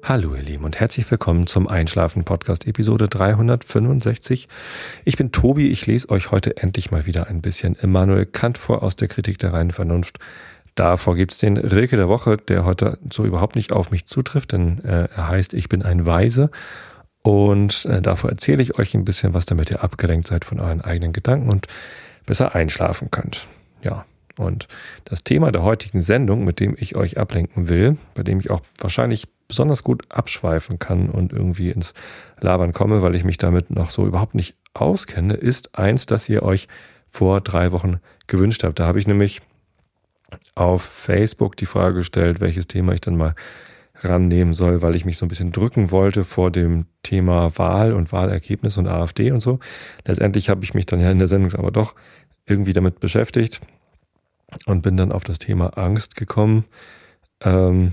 Hallo ihr Lieben und herzlich willkommen zum Einschlafen-Podcast Episode 365. Ich bin Tobi, ich lese euch heute endlich mal wieder ein bisschen Immanuel Kant vor aus der Kritik der reinen Vernunft. Davor gibt's den Rilke der Woche, der heute so überhaupt nicht auf mich zutrifft, denn er heißt Ich bin ein Weise. Und davor erzähle ich euch ein bisschen was, damit ihr abgelenkt seid von euren eigenen Gedanken und besser einschlafen könnt. Ja. Und das Thema der heutigen Sendung, mit dem ich euch ablenken will, bei dem ich auch wahrscheinlich besonders gut abschweifen kann und irgendwie ins Labern komme, weil ich mich damit noch so überhaupt nicht auskenne, ist eins, das ihr euch vor 3 Wochen gewünscht habt. Da habe ich nämlich auf Facebook die Frage gestellt, welches Thema ich dann mal rannehmen soll, weil ich mich so ein bisschen drücken wollte vor dem Thema Wahl und Wahlergebnis und AfD und so. Letztendlich habe ich mich dann ja in der Sendung aber doch irgendwie damit beschäftigt und bin dann auf das Thema Angst gekommen. Und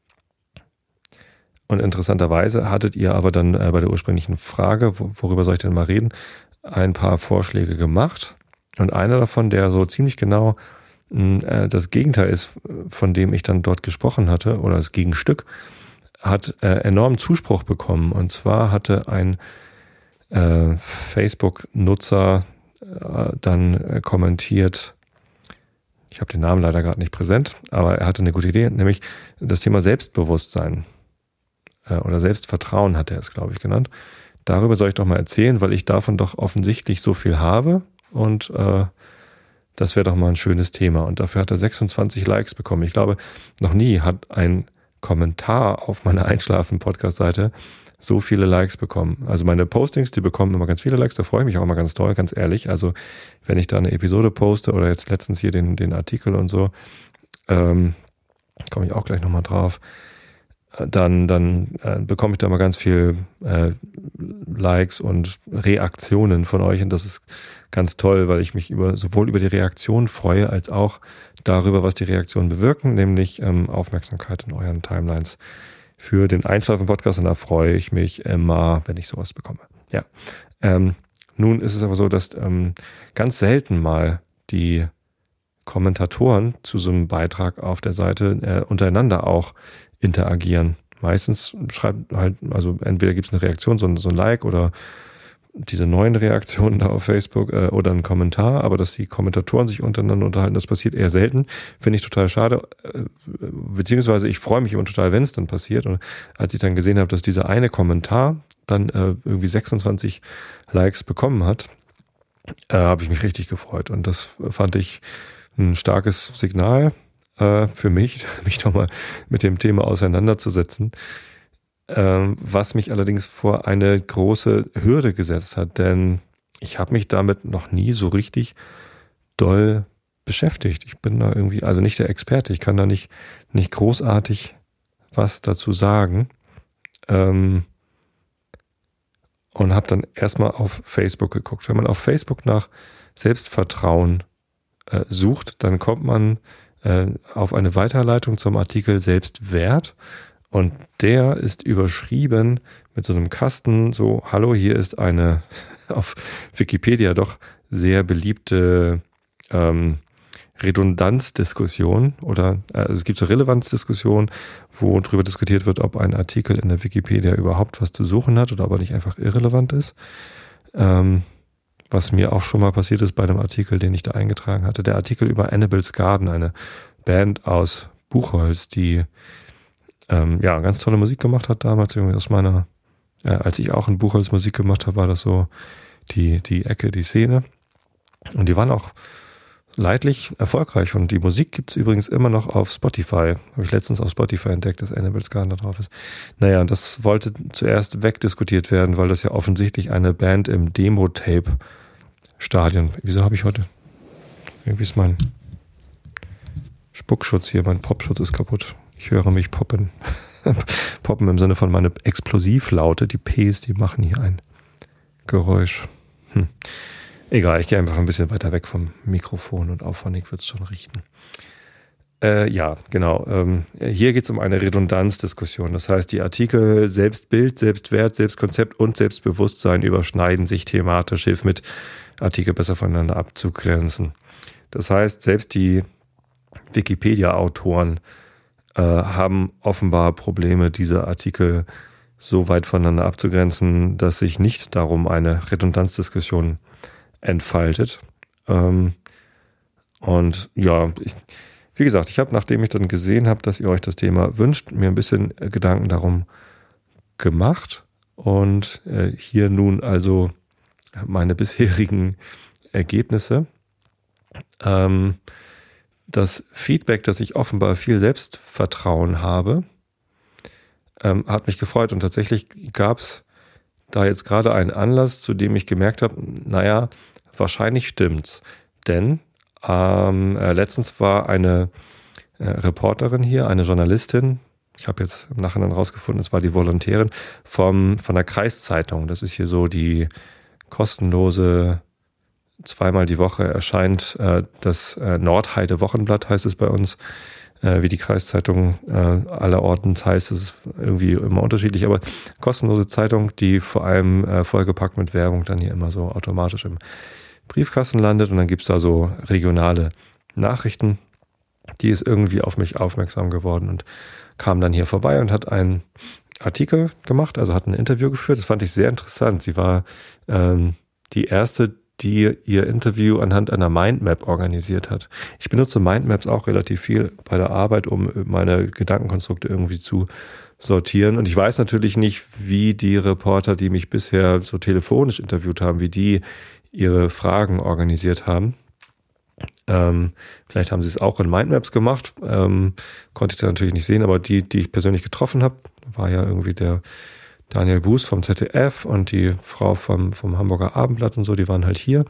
interessanterweise hattet ihr aber dann bei der ursprünglichen Frage, worüber soll ich denn mal reden, ein paar Vorschläge gemacht. Und einer davon, der so ziemlich genau das Gegenteil ist, von dem ich dann dort gesprochen hatte, oder das Gegenstück, hat enormen Zuspruch bekommen. Und zwar hatte ein Facebook-Nutzer dann kommentiert, ich habe den Namen leider gerade nicht präsent, aber er hatte eine gute Idee, nämlich das Thema Selbstbewusstsein oder Selbstvertrauen hat er es, glaube ich, genannt. Darüber soll ich doch mal erzählen, weil ich davon doch offensichtlich so viel habe und das wäre doch mal ein schönes Thema. Und dafür hat er 26 Likes bekommen. Ich glaube, noch nie hat ein Kommentar auf meiner Einschlafen-Podcast-Seite so viele Likes bekommen. Also meine Postings, die bekommen immer ganz viele Likes, da freue ich mich auch immer ganz toll, ganz ehrlich. Also wenn ich da eine Episode poste oder jetzt letztens hier den Artikel und so, komme ich auch gleich nochmal drauf, dann bekomme ich da mal ganz viel Likes und Reaktionen von euch und das ist ganz toll, weil ich mich sowohl über die Reaktion freue, als auch darüber, was die Reaktionen bewirken, nämlich Aufmerksamkeit in euren Timelines für den Einschlafen-Podcast und da freue ich mich immer, wenn ich sowas bekomme. Ja. Nun ist es aber so, dass ganz selten mal die Kommentatoren zu so einem Beitrag auf der Seite untereinander auch interagieren. Meistens schreibt halt, also entweder gibt es eine Reaktion, so ein Like oder diese neuen Reaktionen da auf Facebook oder einen Kommentar, aber dass die Kommentatoren sich untereinander unterhalten, das passiert eher selten, finde ich total schade, beziehungsweise ich freue mich immer total, wenn es dann passiert und als ich dann gesehen habe, dass dieser eine Kommentar dann irgendwie 26 Likes bekommen hat, habe ich mich richtig gefreut und das fand ich ein starkes Signal für mich doch mal mit dem Thema auseinanderzusetzen. Was mich allerdings vor eine große Hürde gesetzt hat, denn ich habe mich damit noch nie so richtig doll beschäftigt. Ich bin da irgendwie, also nicht der Experte, ich kann da nicht großartig was dazu sagen. Und habe dann erstmal auf Facebook geguckt. Wenn man auf Facebook nach Selbstvertrauen sucht, dann kommt man auf eine Weiterleitung zum Artikel Selbstwert. Und der ist überschrieben mit so einem Kasten, so, hallo, hier ist eine auf Wikipedia doch sehr beliebte Redundanzdiskussion oder es gibt so Relevanzdiskussionen, wo darüber diskutiert wird, ob ein Artikel in der Wikipedia überhaupt was zu suchen hat oder ob er nicht einfach irrelevant ist. Was mir auch schon mal passiert ist bei einem Artikel, den ich da eingetragen hatte. Der Artikel über Annabel's Garden, eine Band aus Buchholz, die ganz tolle Musik gemacht hat damals, irgendwie aus meiner, als ich auch in Buchholz Musik gemacht habe, war das so die Ecke, die Szene. Und die waren auch leidlich erfolgreich. Und die Musik gibt's übrigens immer noch auf Spotify. Habe ich letztens auf Spotify entdeckt, dass Annabel's Garden da drauf ist. Naja, und das wollte zuerst wegdiskutiert werden, weil das ja offensichtlich eine Band im Demo-Tape-Stadion. Wieso habe ich heute? Irgendwie ist mein Spuckschutz hier, mein Popschutz ist kaputt. Ich höre mich poppen. Poppen im Sinne von meine Explosivlaute. Die Ps, die machen hier ein Geräusch. Egal, ich gehe einfach ein bisschen weiter weg vom Mikrofon und aufwendig wird es schon richten. Ja, genau. Hier geht es um eine Redundanzdiskussion. Das heißt, die Artikel Selbstbild, Selbstwert, Selbstkonzept und Selbstbewusstsein überschneiden sich thematisch. Hilft mit, Artikel besser voneinander abzugrenzen. Das heißt, selbst die Wikipedia-Autoren haben offenbar Probleme, diese Artikel so weit voneinander abzugrenzen, dass sich nicht darum eine Redundanzdiskussion entfaltet. Und ja, wie gesagt, ich habe, nachdem ich dann gesehen habe, dass ihr euch das Thema wünscht, mir ein bisschen Gedanken darum gemacht und hier nun also meine bisherigen Ergebnisse. Das Feedback, dass ich offenbar viel Selbstvertrauen habe, hat mich gefreut und tatsächlich gab es da jetzt gerade einen Anlass, zu dem ich gemerkt habe, naja, wahrscheinlich stimmt's, denn letztens war eine Reporterin hier, eine Journalistin, ich habe jetzt im Nachhinein rausgefunden, es war die Volontärin von der Kreiszeitung. Das ist hier so die kostenlose, zweimal die Woche erscheint das Nordheide Wochenblatt, heißt es bei uns, wie die Kreiszeitung allerorten heißt, es ist irgendwie immer unterschiedlich, aber kostenlose Zeitung, die vor allem vollgepackt mit Werbung dann hier immer so automatisch im Briefkasten landet und dann gibt's da so regionale Nachrichten. Die ist irgendwie auf mich aufmerksam geworden und kam dann hier vorbei und hat einen Artikel gemacht, also hat ein Interview geführt. Das fand ich sehr interessant. Sie war die erste, die ihr Interview anhand einer Mindmap organisiert hat. Ich benutze Mindmaps auch relativ viel bei der Arbeit, um meine Gedankenkonstrukte irgendwie zu sortieren. Und ich weiß natürlich nicht, wie die Reporter, die mich bisher so telefonisch interviewt haben, wie die ihre Fragen organisiert haben. Vielleicht haben sie es auch in Mindmaps gemacht, konnte ich da natürlich nicht sehen, aber die ich persönlich getroffen habe, war ja irgendwie der Daniel Buß vom ZDF und die Frau vom Hamburger Abendblatt und so, die waren halt hier.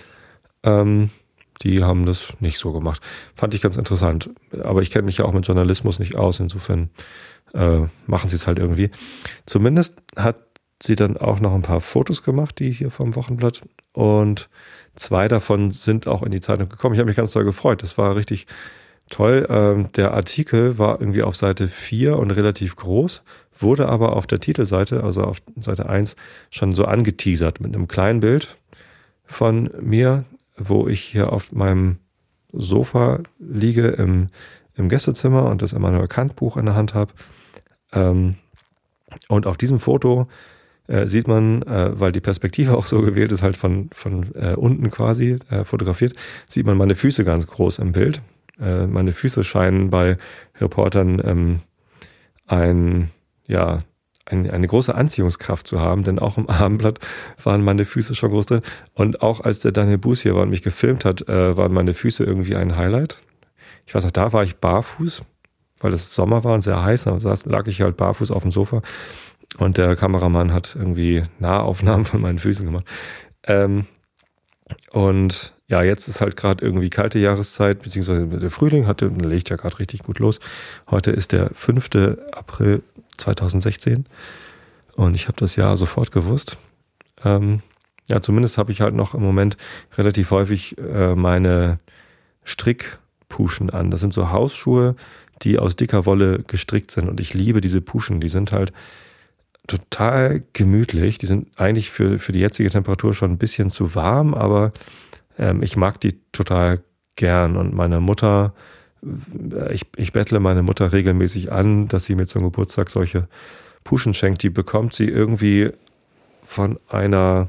Die haben das nicht so gemacht. Fand ich ganz interessant. Aber ich kenne mich ja auch mit Journalismus nicht aus, insofern machen sie es halt irgendwie. Zumindest hat sie dann auch noch ein paar Fotos gemacht, die hier vom Wochenblatt, und 2 davon sind auch in die Zeitung gekommen. Ich habe mich ganz doll gefreut. Das war richtig toll. Der Artikel war irgendwie auf Seite 4 und relativ groß, wurde aber auf der Titelseite, also auf Seite 1, schon so angeteasert mit einem kleinen Bild von mir, wo ich hier auf meinem Sofa liege im Gästezimmer und das Immanuel Kant Buch in der Hand habe. Und auf diesem Foto sieht man, weil die Perspektive auch so gewählt ist, halt von unten quasi fotografiert, sieht man meine Füße ganz groß im Bild. Meine Füße scheinen bei Reportern eine große Anziehungskraft zu haben, denn auch im Abendblatt waren meine Füße schon groß drin. Und auch als der Daniel Buß hier war und mich gefilmt hat, waren meine Füße irgendwie ein Highlight. Ich weiß noch, da war ich barfuß, weil es Sommer war und sehr heiß, da lag ich halt barfuß auf dem Sofa. Und der Kameramann hat irgendwie Nahaufnahmen von meinen Füßen gemacht. Und ja, jetzt ist halt gerade irgendwie kalte Jahreszeit, beziehungsweise der Frühling legt ja gerade richtig gut los. Heute ist der 5. April 2016 und ich habe das Jahr sofort gewusst. Zumindest habe ich halt noch im Moment relativ häufig meine Strickpuschen an. Das sind so Hausschuhe, die aus dicker Wolle gestrickt sind und ich liebe diese Puschen. Die sind halt total gemütlich. Die sind eigentlich für die jetzige Temperatur schon ein bisschen zu warm, aber ich mag die total gern. Und meine Mutter, ich bettle meine Mutter regelmäßig an, dass sie mir zum Geburtstag solche Puschen schenkt. Die bekommt sie irgendwie von einer,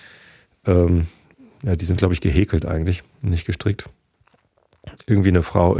die sind glaube ich gehäkelt eigentlich, nicht gestrickt. Irgendwie eine Frau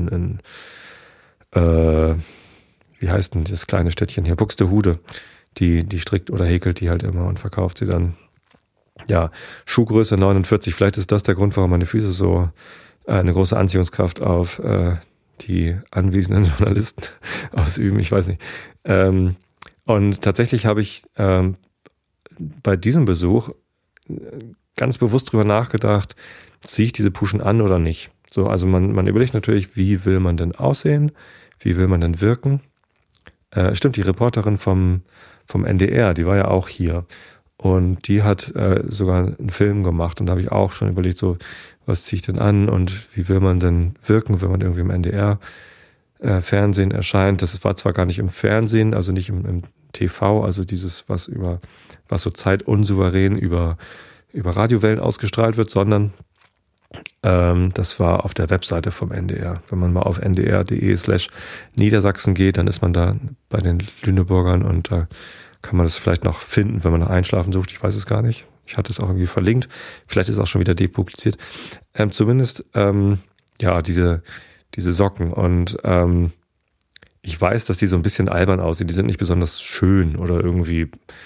wie heißt denn das kleine Städtchen hier, Buxtehude. Die strickt oder häkelt die halt immer und verkauft sie dann. Ja, Schuhgröße 49. Vielleicht ist das der Grund, warum meine Füße so eine große Anziehungskraft auf die anwesenden Journalisten ausüben. Ich weiß nicht. Und tatsächlich habe ich bei diesem Besuch ganz bewusst drüber nachgedacht, ziehe ich diese Puschen an oder nicht. So, also man überlegt natürlich, wie will man denn aussehen? Wie will man denn wirken? Stimmt, die Reporterin vom NDR, die war ja auch hier. Und die hat sogar einen Film gemacht. Und da habe ich auch schon überlegt, so, was ziehe ich denn an und wie will man denn wirken, wenn man irgendwie im NDR Fernsehen erscheint. Das war zwar gar nicht im Fernsehen, also nicht im TV, also dieses, was so zeitunsouverän über Radiowellen ausgestrahlt wird, sondern Das war auf der Webseite vom NDR. Wenn man mal auf ndr.de/Niedersachsen geht, dann ist man da bei den Lüneburgern und da kann man das vielleicht noch finden, wenn man nach Einschlafen sucht. Ich weiß es gar nicht. Ich hatte es auch irgendwie verlinkt. Vielleicht ist es auch schon wieder depubliziert. Zumindest, diese Socken. Und ich weiß, dass die so ein bisschen albern aussehen. Die sind nicht besonders schön oder irgendwie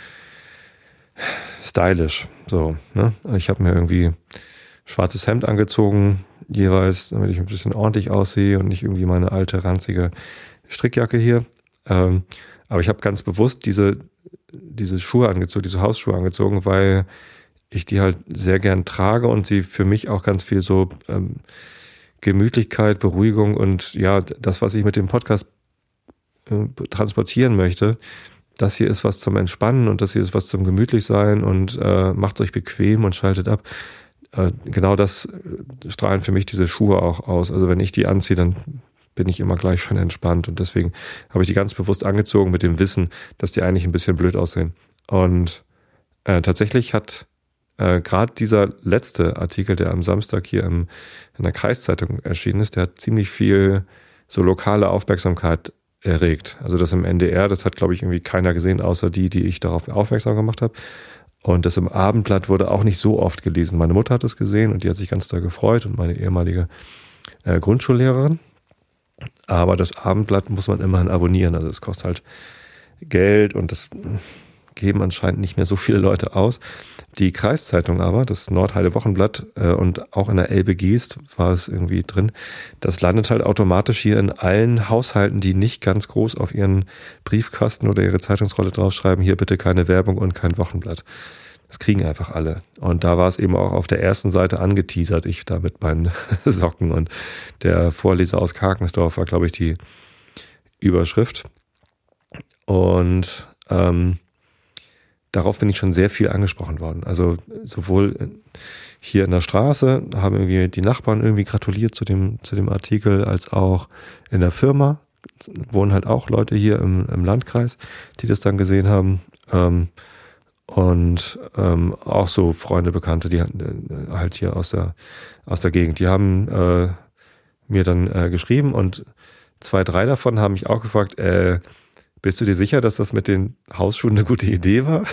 stylisch. So, ne? Ich habe mir irgendwie schwarzes Hemd angezogen, jeweils, damit ich ein bisschen ordentlich aussehe und nicht irgendwie meine alte, ranzige Strickjacke hier. Aber ich habe ganz bewusst diese Schuhe angezogen, diese Hausschuhe angezogen, weil ich die halt sehr gern trage und sie für mich auch ganz viel so Gemütlichkeit, Beruhigung und ja, das, was ich mit dem Podcast transportieren möchte, das hier ist was zum Entspannen und das hier ist was zum Gemütlichsein und macht es euch bequem und schaltet ab. Genau das strahlen für mich diese Schuhe auch aus. Also wenn ich die anziehe, dann bin ich immer gleich schon entspannt und deswegen habe ich die ganz bewusst angezogen mit dem Wissen, dass die eigentlich ein bisschen blöd aussehen. Und tatsächlich hat gerade dieser letzte Artikel, der am Samstag hier in der Kreiszeitung erschienen ist, der hat ziemlich viel so lokale Aufmerksamkeit erregt. Also das im NDR, das hat glaube ich irgendwie keiner gesehen, außer die ich darauf aufmerksam gemacht habe. Und das im Abendblatt wurde auch nicht so oft gelesen. Meine Mutter hat es gesehen und die hat sich ganz da gefreut und meine ehemalige Grundschullehrerin. Aber das Abendblatt muss man immerhin abonnieren. Also es kostet halt Geld und das geben anscheinend nicht mehr so viele Leute aus. Die Kreiszeitung aber, das Nordheide Wochenblatt und auch in der Elbe Geest war es irgendwie drin, das landet halt automatisch hier in allen Haushalten, die nicht ganz groß auf ihren Briefkasten oder ihre Zeitungsrolle draufschreiben, hier bitte keine Werbung und kein Wochenblatt. Das kriegen einfach alle. Und da war es eben auch auf der ersten Seite angeteasert, ich da mit meinen Socken und der Vorleser aus Karkensdorf war, glaube ich, die Überschrift. Und darauf bin ich schon sehr viel angesprochen worden. Also sowohl hier in der Straße haben irgendwie die Nachbarn irgendwie gratuliert zu dem Artikel, als auch in der Firma wohnen halt auch Leute hier im Landkreis, die das dann gesehen haben. Und auch so Freunde, Bekannte, die halt hier aus der Gegend, die haben mir dann geschrieben und 2, 3 davon haben mich auch gefragt, bist du dir sicher, dass das mit den Hausschuhen eine gute Idee war?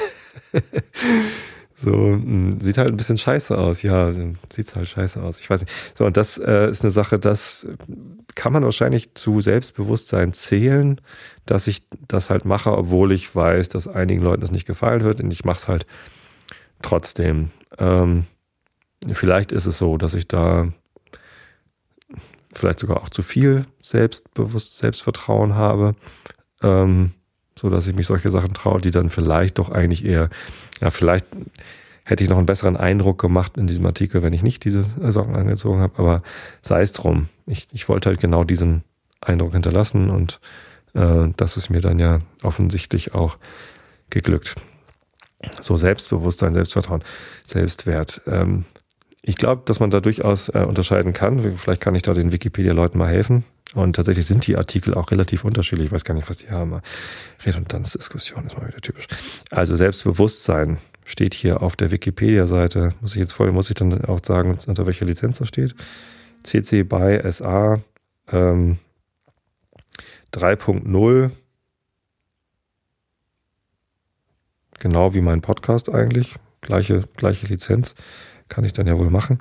So, sieht halt ein bisschen scheiße aus. Ja, sieht's halt scheiße aus. Ich weiß nicht. So, und das ist eine Sache, das kann man wahrscheinlich zu Selbstbewusstsein zählen, dass ich das halt mache, obwohl ich weiß, dass einigen Leuten das nicht gefallen wird. Und ich mache es halt trotzdem. Vielleicht ist es so, dass ich da vielleicht sogar auch zu viel Selbstvertrauen habe. So dass ich mich solche Sachen traue, die dann vielleicht doch eigentlich eher, ja, vielleicht hätte ich noch einen besseren Eindruck gemacht in diesem Artikel, wenn ich nicht diese Socken angezogen habe, aber sei es drum. Ich wollte halt genau diesen Eindruck hinterlassen und das ist mir dann ja offensichtlich auch geglückt. So Selbstbewusstsein, Selbstvertrauen, Selbstwert. Ich glaube, dass man da durchaus unterscheiden kann. Vielleicht kann ich da den Wikipedia-Leuten mal helfen. Und tatsächlich sind die Artikel auch relativ unterschiedlich. Ich weiß gar nicht, was die haben. Redundanzdiskussion ist mal wieder typisch. Also Selbstbewusstsein steht hier auf der Wikipedia-Seite. Muss ich dann auch sagen, unter welcher Lizenz das steht? CC BY SA 3.0. Genau wie mein Podcast eigentlich. Gleiche Lizenz. Kann ich dann ja wohl machen.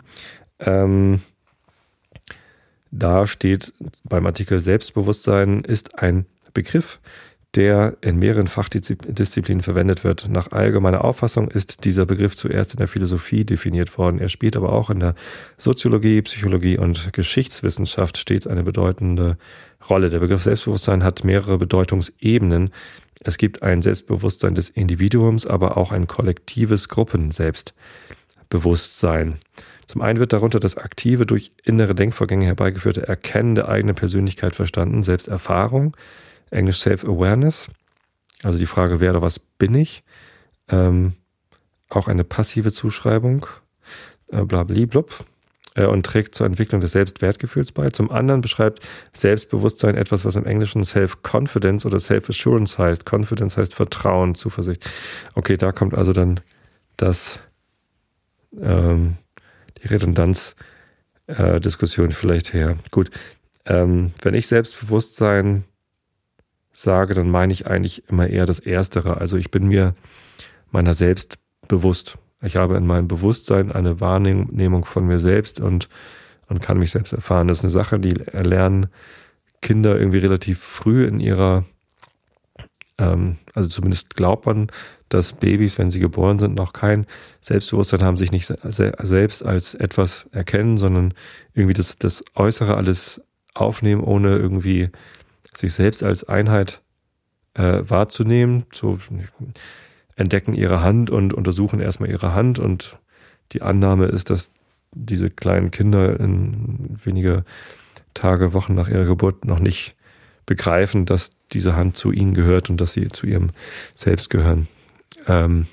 Da steht beim Artikel Selbstbewusstsein ist ein Begriff, der in mehreren Fachdisziplinen verwendet wird. Nach allgemeiner Auffassung ist dieser Begriff zuerst in der Philosophie definiert worden. Er spielt aber auch in der Soziologie, Psychologie und Geschichtswissenschaft stets eine bedeutende Rolle. Der Begriff Selbstbewusstsein hat mehrere Bedeutungsebenen. Es gibt ein Selbstbewusstsein des Individuums, aber auch ein kollektives Gruppenselbstbewusstsein. Zum einen wird darunter das aktive, durch innere Denkvorgänge herbeigeführte Erkennen der eigenen Persönlichkeit verstanden, Selbsterfahrung, Englisch Self-Awareness, also die Frage, wer oder was bin ich, auch eine passive Zuschreibung, blablablub, und trägt zur Entwicklung des Selbstwertgefühls bei. Zum anderen beschreibt Selbstbewusstsein etwas, was im Englischen Self-Confidence oder Self-Assurance heißt. Confidence heißt Vertrauen, Zuversicht. Okay, da kommt also dann die Redundanz Diskussion vielleicht her. Gut, wenn ich Selbstbewusstsein sage, dann meine ich eigentlich immer eher das Erstere. Also ich bin mir meiner selbst bewusst. Ich habe in meinem Bewusstsein eine Wahrnehmung von mir selbst und kann mich selbst erfahren. Das ist eine Sache, die erlernen Kinder irgendwie relativ früh in ihrer, also zumindest glaubt man, dass Babys, wenn sie geboren sind, noch kein Selbstbewusstsein haben, sich nicht selbst als etwas erkennen, sondern irgendwie das Äußere alles aufnehmen, ohne irgendwie sich selbst als Einheit wahrzunehmen. So entdecken ihre Hand und untersuchen erstmal ihre Hand, und die Annahme ist, dass diese kleinen Kinder in wenige Tage, Wochen nach ihrer Geburt noch nicht begreifen, dass diese Hand zu ihnen gehört und dass sie zu ihrem Selbst gehören. Ja,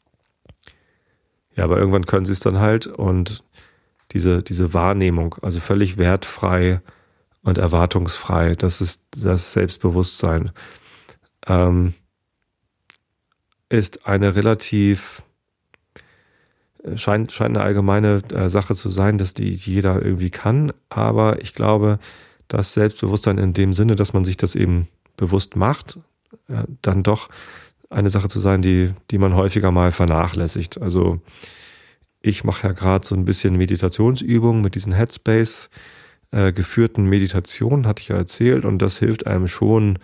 aber irgendwann können sie es dann halt, und diese Wahrnehmung, also völlig wertfrei und erwartungsfrei, das ist das Selbstbewusstsein, ist eine relativ, scheint eine allgemeine Sache zu sein, dass die jeder irgendwie kann, aber ich glaube, das Selbstbewusstsein in dem Sinne, dass man sich das eben bewusst macht, dann doch eine Sache zu sein, die man häufiger mal vernachlässigt. Also ich mache ja gerade so ein bisschen Meditationsübungen mit diesen Headspace geführten Meditationen, hatte ich ja erzählt, und das hilft einem schon,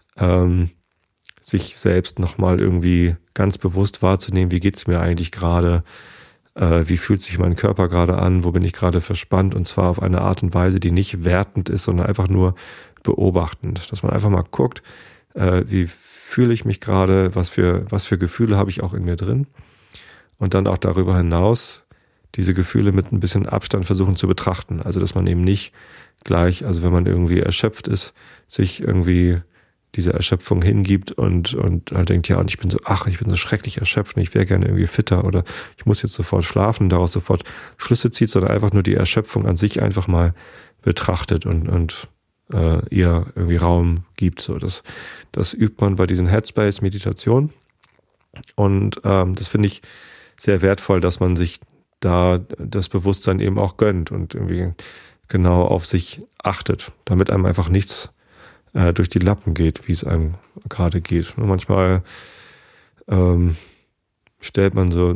sich selbst nochmal irgendwie ganz bewusst wahrzunehmen, wie geht's mir eigentlich gerade, wie fühlt sich mein Körper gerade an, wo bin ich gerade verspannt, und zwar auf eine Art und Weise, die nicht wertend ist, sondern einfach nur beobachtend, dass man einfach mal guckt, wie fühle ich mich gerade, was für Gefühle habe ich auch in mir drin, und dann auch darüber hinaus diese Gefühle mit ein bisschen Abstand versuchen zu betrachten, also dass man eben nicht gleich, also wenn man irgendwie erschöpft ist, sich irgendwie diese Erschöpfung hingibt und halt denkt, ja, und ich bin so schrecklich erschöpft und ich wäre gerne irgendwie fitter oder ich muss jetzt sofort schlafen, daraus sofort Schlüsse zieht, sondern einfach nur die Erschöpfung an sich einfach mal betrachtet und ihr irgendwie Raum gibt. So, das übt man bei diesen Headspace-Meditationen, und das finde ich sehr wertvoll, dass man sich da das Bewusstsein eben auch gönnt und irgendwie genau auf sich achtet, damit einem einfach nichts durch die Lappen geht, wie es einem gerade geht. Und manchmal stellt man so,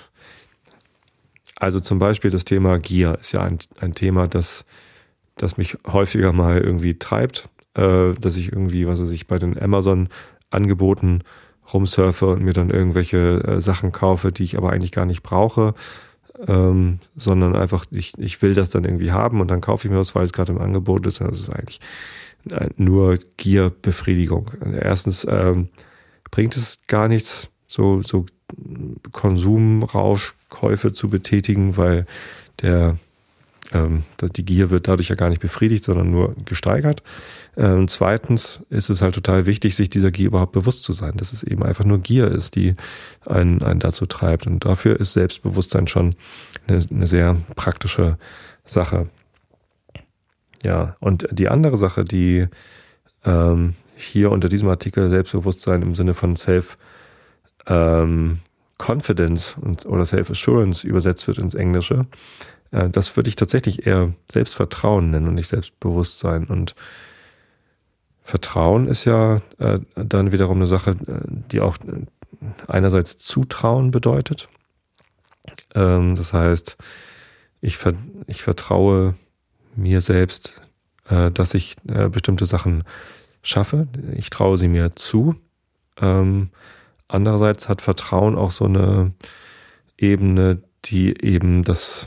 also zum Beispiel das Thema Gier ist ja ein Thema, das mich häufiger mal irgendwie treibt, dass ich irgendwie, was weiß ich, bei den Amazon-Angeboten rumsurfe und mir dann irgendwelche Sachen kaufe, die ich aber eigentlich gar nicht brauche, sondern einfach, ich will das dann irgendwie haben und dann kaufe ich mir was, weil es gerade im Angebot ist. Das ist eigentlich nur Gierbefriedigung. Erstens bringt es gar nichts, so Konsumrauschkäufe zu betätigen, weil die Gier wird dadurch ja gar nicht befriedigt, sondern nur gesteigert. Zweitens ist es halt total wichtig, sich dieser Gier überhaupt bewusst zu sein, dass es eben einfach nur Gier ist, die einen dazu treibt. Und dafür ist Selbstbewusstsein schon eine sehr praktische Sache. Ja, und die andere Sache, die hier unter diesem Artikel Selbstbewusstsein im Sinne von Self-Confidence oder Self-Assurance übersetzt wird ins Englische, das würde ich tatsächlich eher Selbstvertrauen nennen und nicht Selbstbewusstsein. Und Vertrauen ist ja dann wiederum eine Sache, die auch einerseits Zutrauen bedeutet. Das heißt, ich vertraue mir selbst, dass ich bestimmte Sachen schaffe. Ich traue sie mir zu. Andererseits hat Vertrauen auch so eine Ebene, die eben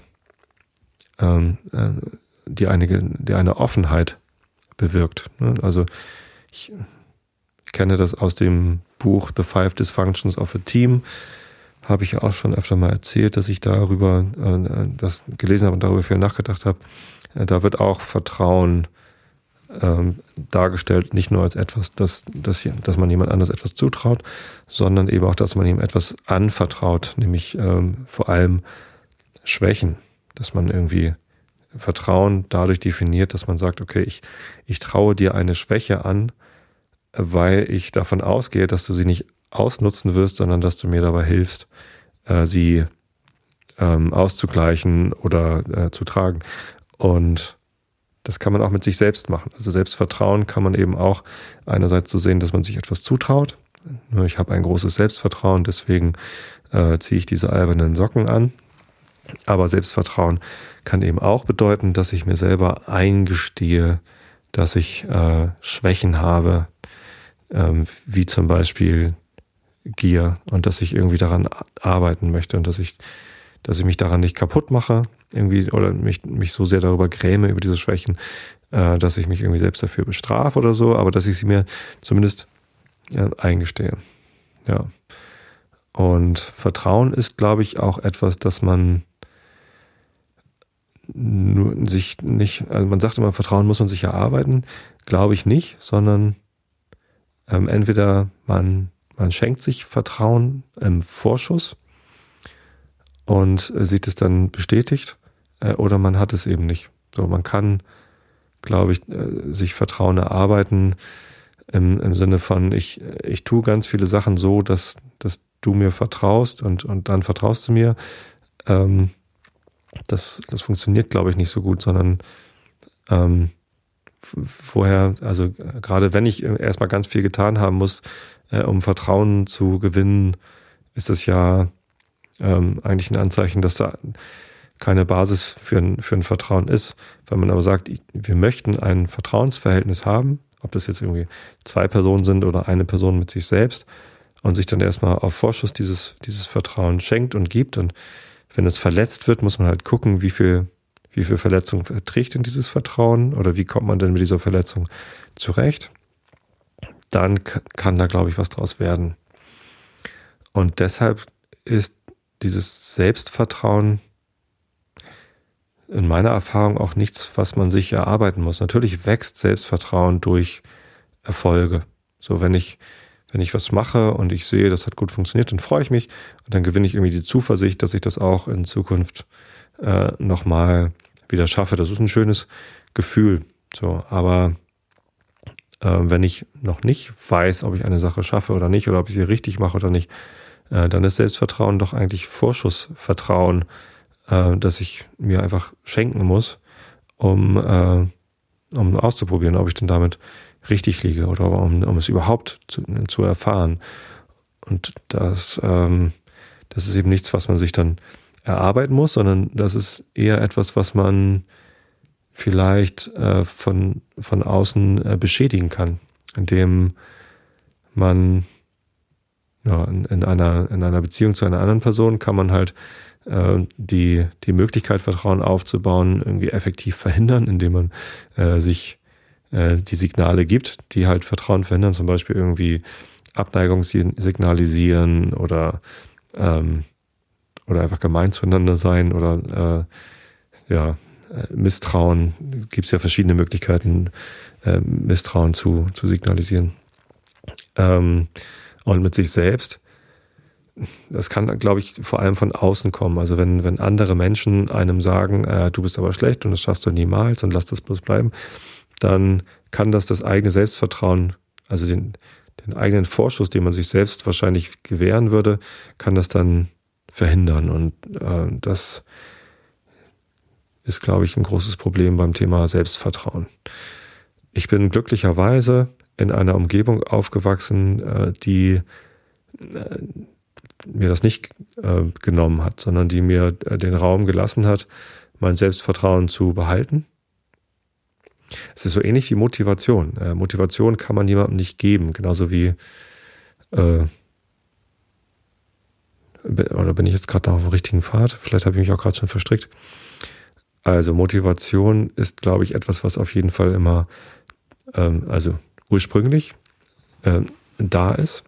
die eine Offenheit bewirkt. Also ich kenne das aus dem Buch The 5 Dysfunctions of a Team. Habe ich ja auch schon öfter mal erzählt, dass ich darüber das gelesen habe und darüber viel nachgedacht habe. Da wird auch Vertrauen dargestellt, nicht nur als etwas, dass man jemand anders etwas zutraut, sondern eben auch, dass man ihm etwas anvertraut, nämlich vor allem Schwächen, dass man irgendwie Vertrauen dadurch definiert, dass man sagt, okay, ich traue dir eine Schwäche an, weil ich davon ausgehe, dass du sie nicht ausnutzen wirst, sondern dass du mir dabei hilfst, sie auszugleichen oder zu tragen. Und das kann man auch mit sich selbst machen. Also Selbstvertrauen kann man eben auch einerseits so sehen, dass man sich etwas zutraut. Nur ich habe ein großes Selbstvertrauen, deswegen ziehe ich diese albernen Socken an. Aber Selbstvertrauen kann eben auch bedeuten, dass ich mir selber eingestehe, dass ich Schwächen habe, wie zum Beispiel Gier, und dass ich irgendwie daran arbeiten möchte und dass ich mich daran nicht kaputt mache, irgendwie, oder mich so sehr darüber gräme über diese Schwächen, dass ich mich irgendwie selbst dafür bestrafe oder so, aber dass ich sie mir zumindest eingestehe. Ja. Und Vertrauen ist, glaube ich, auch etwas, das man nur sich nicht, also man sagt immer, Vertrauen muss man sich erarbeiten, glaube ich nicht, sondern entweder man schenkt sich Vertrauen im Vorschuss und sieht es dann bestätigt, oder man hat es eben nicht. So, man kann, glaube ich, sich Vertrauen erarbeiten im Sinne von, ich tue ganz viele Sachen so, dass du mir vertraust und dann vertraust du mir. Das funktioniert, glaube ich, nicht so gut, sondern vorher, also gerade wenn ich erstmal ganz viel getan haben muss, um Vertrauen zu gewinnen, ist das ja eigentlich ein Anzeichen, dass da keine Basis für ein Vertrauen ist. Wenn man aber sagt, wir möchten ein Vertrauensverhältnis haben, ob das jetzt irgendwie 2 Personen sind oder eine Person mit sich selbst, und sich dann erstmal auf Vorschuss dieses Vertrauen schenkt und gibt, und wenn es verletzt wird, muss man halt gucken, wie viel Verletzung trägt denn dieses Vertrauen oder wie kommt man denn mit dieser Verletzung zurecht, dann kann da, glaube ich, was draus werden. Und deshalb ist dieses Selbstvertrauen in meiner Erfahrung auch nichts, was man sich erarbeiten muss. Natürlich wächst Selbstvertrauen durch Erfolge. So, wenn ich was mache und ich sehe, das hat gut funktioniert, dann freue ich mich und dann gewinne ich irgendwie die Zuversicht, dass ich das auch in Zukunft nochmal wieder schaffe. Das ist ein schönes Gefühl. So, aber wenn ich noch nicht weiß, ob ich eine Sache schaffe oder nicht, oder ob ich sie richtig mache oder nicht, dann ist Selbstvertrauen doch eigentlich Vorschussvertrauen, das ich mir einfach schenken muss, um auszuprobieren, ob ich denn damit richtig liege oder um es überhaupt zu erfahren. Und das ist eben nichts, was man sich dann erarbeiten muss, sondern das ist eher etwas, was man vielleicht von außen beschädigen kann, indem man in einer Beziehung zu einer anderen Person kann man halt die Möglichkeit, Vertrauen aufzubauen, irgendwie effektiv verhindern, indem man sich die Signale gibt, die halt Vertrauen verhindern, zum Beispiel irgendwie Abneigung signalisieren oder einfach gemein zueinander sein oder Misstrauen. Gibt es ja verschiedene Möglichkeiten, Misstrauen zu signalisieren. Und mit sich selbst, das kann, glaube ich, vor allem von außen kommen. Also wenn andere Menschen einem sagen, du bist aber schlecht und das schaffst du niemals und lass das bloß bleiben, dann kann das eigene Selbstvertrauen, also den eigenen Vorschuss, den man sich selbst wahrscheinlich gewähren würde, kann das dann verhindern. Und das ist, glaube ich, ein großes Problem beim Thema Selbstvertrauen. Ich bin glücklicherweise in einer Umgebung aufgewachsen, die mir das nicht genommen hat, sondern die mir den Raum gelassen hat, mein Selbstvertrauen zu behalten. Es ist so ähnlich wie Motivation. Motivation kann man jemandem nicht geben, genauso wie oder bin ich jetzt gerade noch auf dem richtigen Pfad? Vielleicht habe ich mich auch gerade schon verstrickt. Also Motivation ist, glaube ich, etwas, was auf jeden Fall immer, also ursprünglich da ist.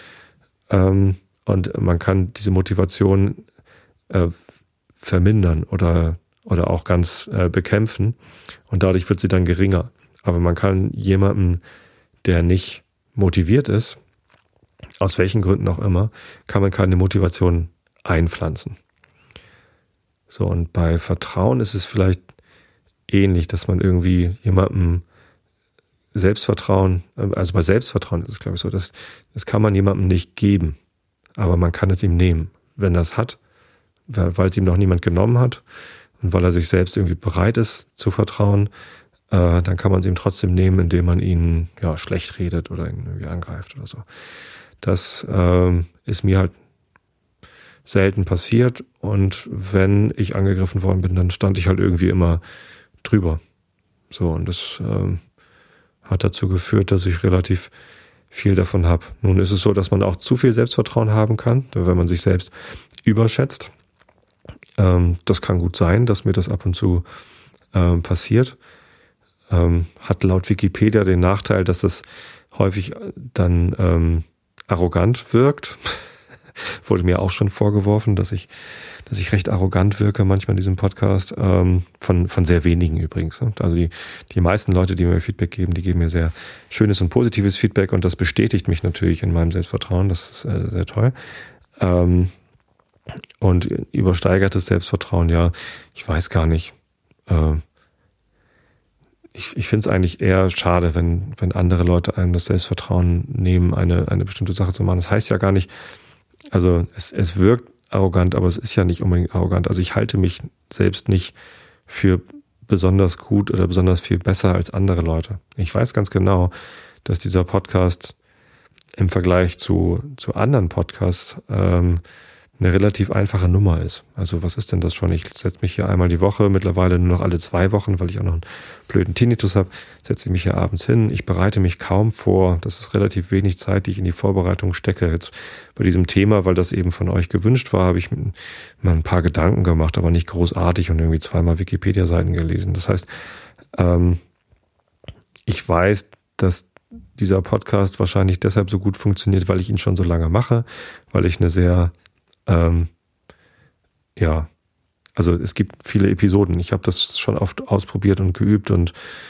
Und man kann diese Motivation vermindern oder auch ganz bekämpfen und dadurch wird sie dann geringer. Aber man kann jemandem, der nicht motiviert ist, aus welchen Gründen auch immer, kann man keine Motivation einpflanzen. So, und bei Vertrauen ist es vielleicht ähnlich, dass man irgendwie jemandem Selbstvertrauen, also bei Selbstvertrauen ist es, glaube ich, so, das kann man jemandem nicht geben, aber man kann es ihm nehmen, wenn er es hat, weil es ihm noch niemand genommen hat. und weil er sich selbst irgendwie bereit ist zu vertrauen, dann kann man es ihm trotzdem nehmen, indem man ihn schlecht redet oder ihn irgendwie angreift oder so. Das ist mir halt selten passiert, und wenn ich angegriffen worden bin, dann stand ich halt irgendwie immer drüber. So, und das hat dazu geführt, dass ich relativ viel davon habe. Nun ist es so, dass man auch zu viel Selbstvertrauen haben kann, wenn man sich selbst überschätzt. Das kann gut sein, dass mir das ab und zu passiert. Hat laut Wikipedia den Nachteil, dass es häufig dann arrogant wirkt. Wurde mir auch schon vorgeworfen, dass ich recht arrogant wirke manchmal in diesem Podcast, von sehr wenigen übrigens. Also die meisten Leute, die mir Feedback geben, die geben mir sehr schönes und positives Feedback, und das bestätigt mich natürlich in meinem Selbstvertrauen. Das ist sehr toll. Und übersteigertes Selbstvertrauen, ja, ich weiß gar nicht. Ich finde es eigentlich eher schade, wenn andere Leute einem das Selbstvertrauen nehmen, eine bestimmte Sache zu machen. Das heißt ja gar nicht, also es wirkt arrogant, aber es ist ja nicht unbedingt arrogant. Also ich halte mich selbst nicht für besonders gut oder besonders viel besser als andere Leute. Ich weiß ganz genau, dass dieser Podcast im Vergleich zu anderen Podcasts eine relativ einfache Nummer ist. Also was ist denn das schon? Ich setze mich hier einmal die Woche, mittlerweile nur noch alle 2 Wochen, weil ich auch noch einen blöden Tinnitus habe, setze ich mich hier abends hin. Ich bereite mich kaum vor. Das ist relativ wenig Zeit, die ich in die Vorbereitung stecke. Jetzt bei diesem Thema, weil das eben von euch gewünscht war, habe ich mir ein paar Gedanken gemacht, aber nicht großartig, und irgendwie 2-mal Wikipedia-Seiten gelesen. Das heißt, ich weiß, dass dieser Podcast wahrscheinlich deshalb so gut funktioniert, weil ich ihn schon so lange mache, weil ich eine sehr also es gibt viele Episoden. Ich habe das schon oft ausprobiert und geübt, und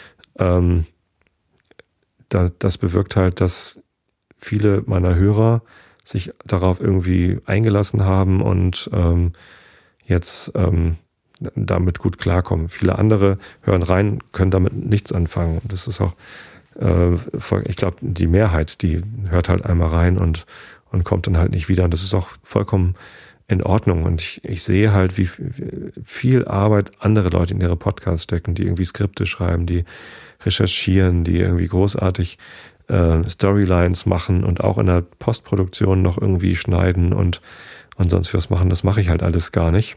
das bewirkt halt, dass viele meiner Hörer sich darauf irgendwie eingelassen haben und jetzt damit gut klarkommen. Viele andere hören rein, können damit nichts anfangen. Und das ist auch, ich glaube, die Mehrheit, die hört halt einmal rein und kommt dann halt nicht wieder. Und das ist auch vollkommen in Ordnung. Und ich sehe halt, wie viel Arbeit andere Leute in ihre Podcasts stecken, die irgendwie Skripte schreiben, die recherchieren, die irgendwie großartig Storylines machen und auch in der Postproduktion noch irgendwie schneiden und sonst was machen. Das mache ich halt alles gar nicht.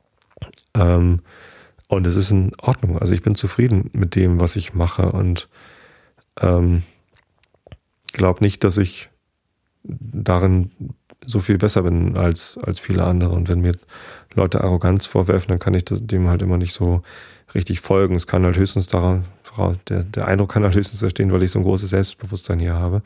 Und es ist in Ordnung. Also ich bin zufrieden mit dem, was ich mache, und glaube nicht, dass ich darin so viel besser bin als viele andere. Und wenn mir Leute Arroganz vorwerfen, dann kann ich dem halt immer nicht so richtig folgen. Es kann halt höchstens der Eindruck kann halt höchstens entstehen, weil ich so ein großes Selbstbewusstsein hier habe.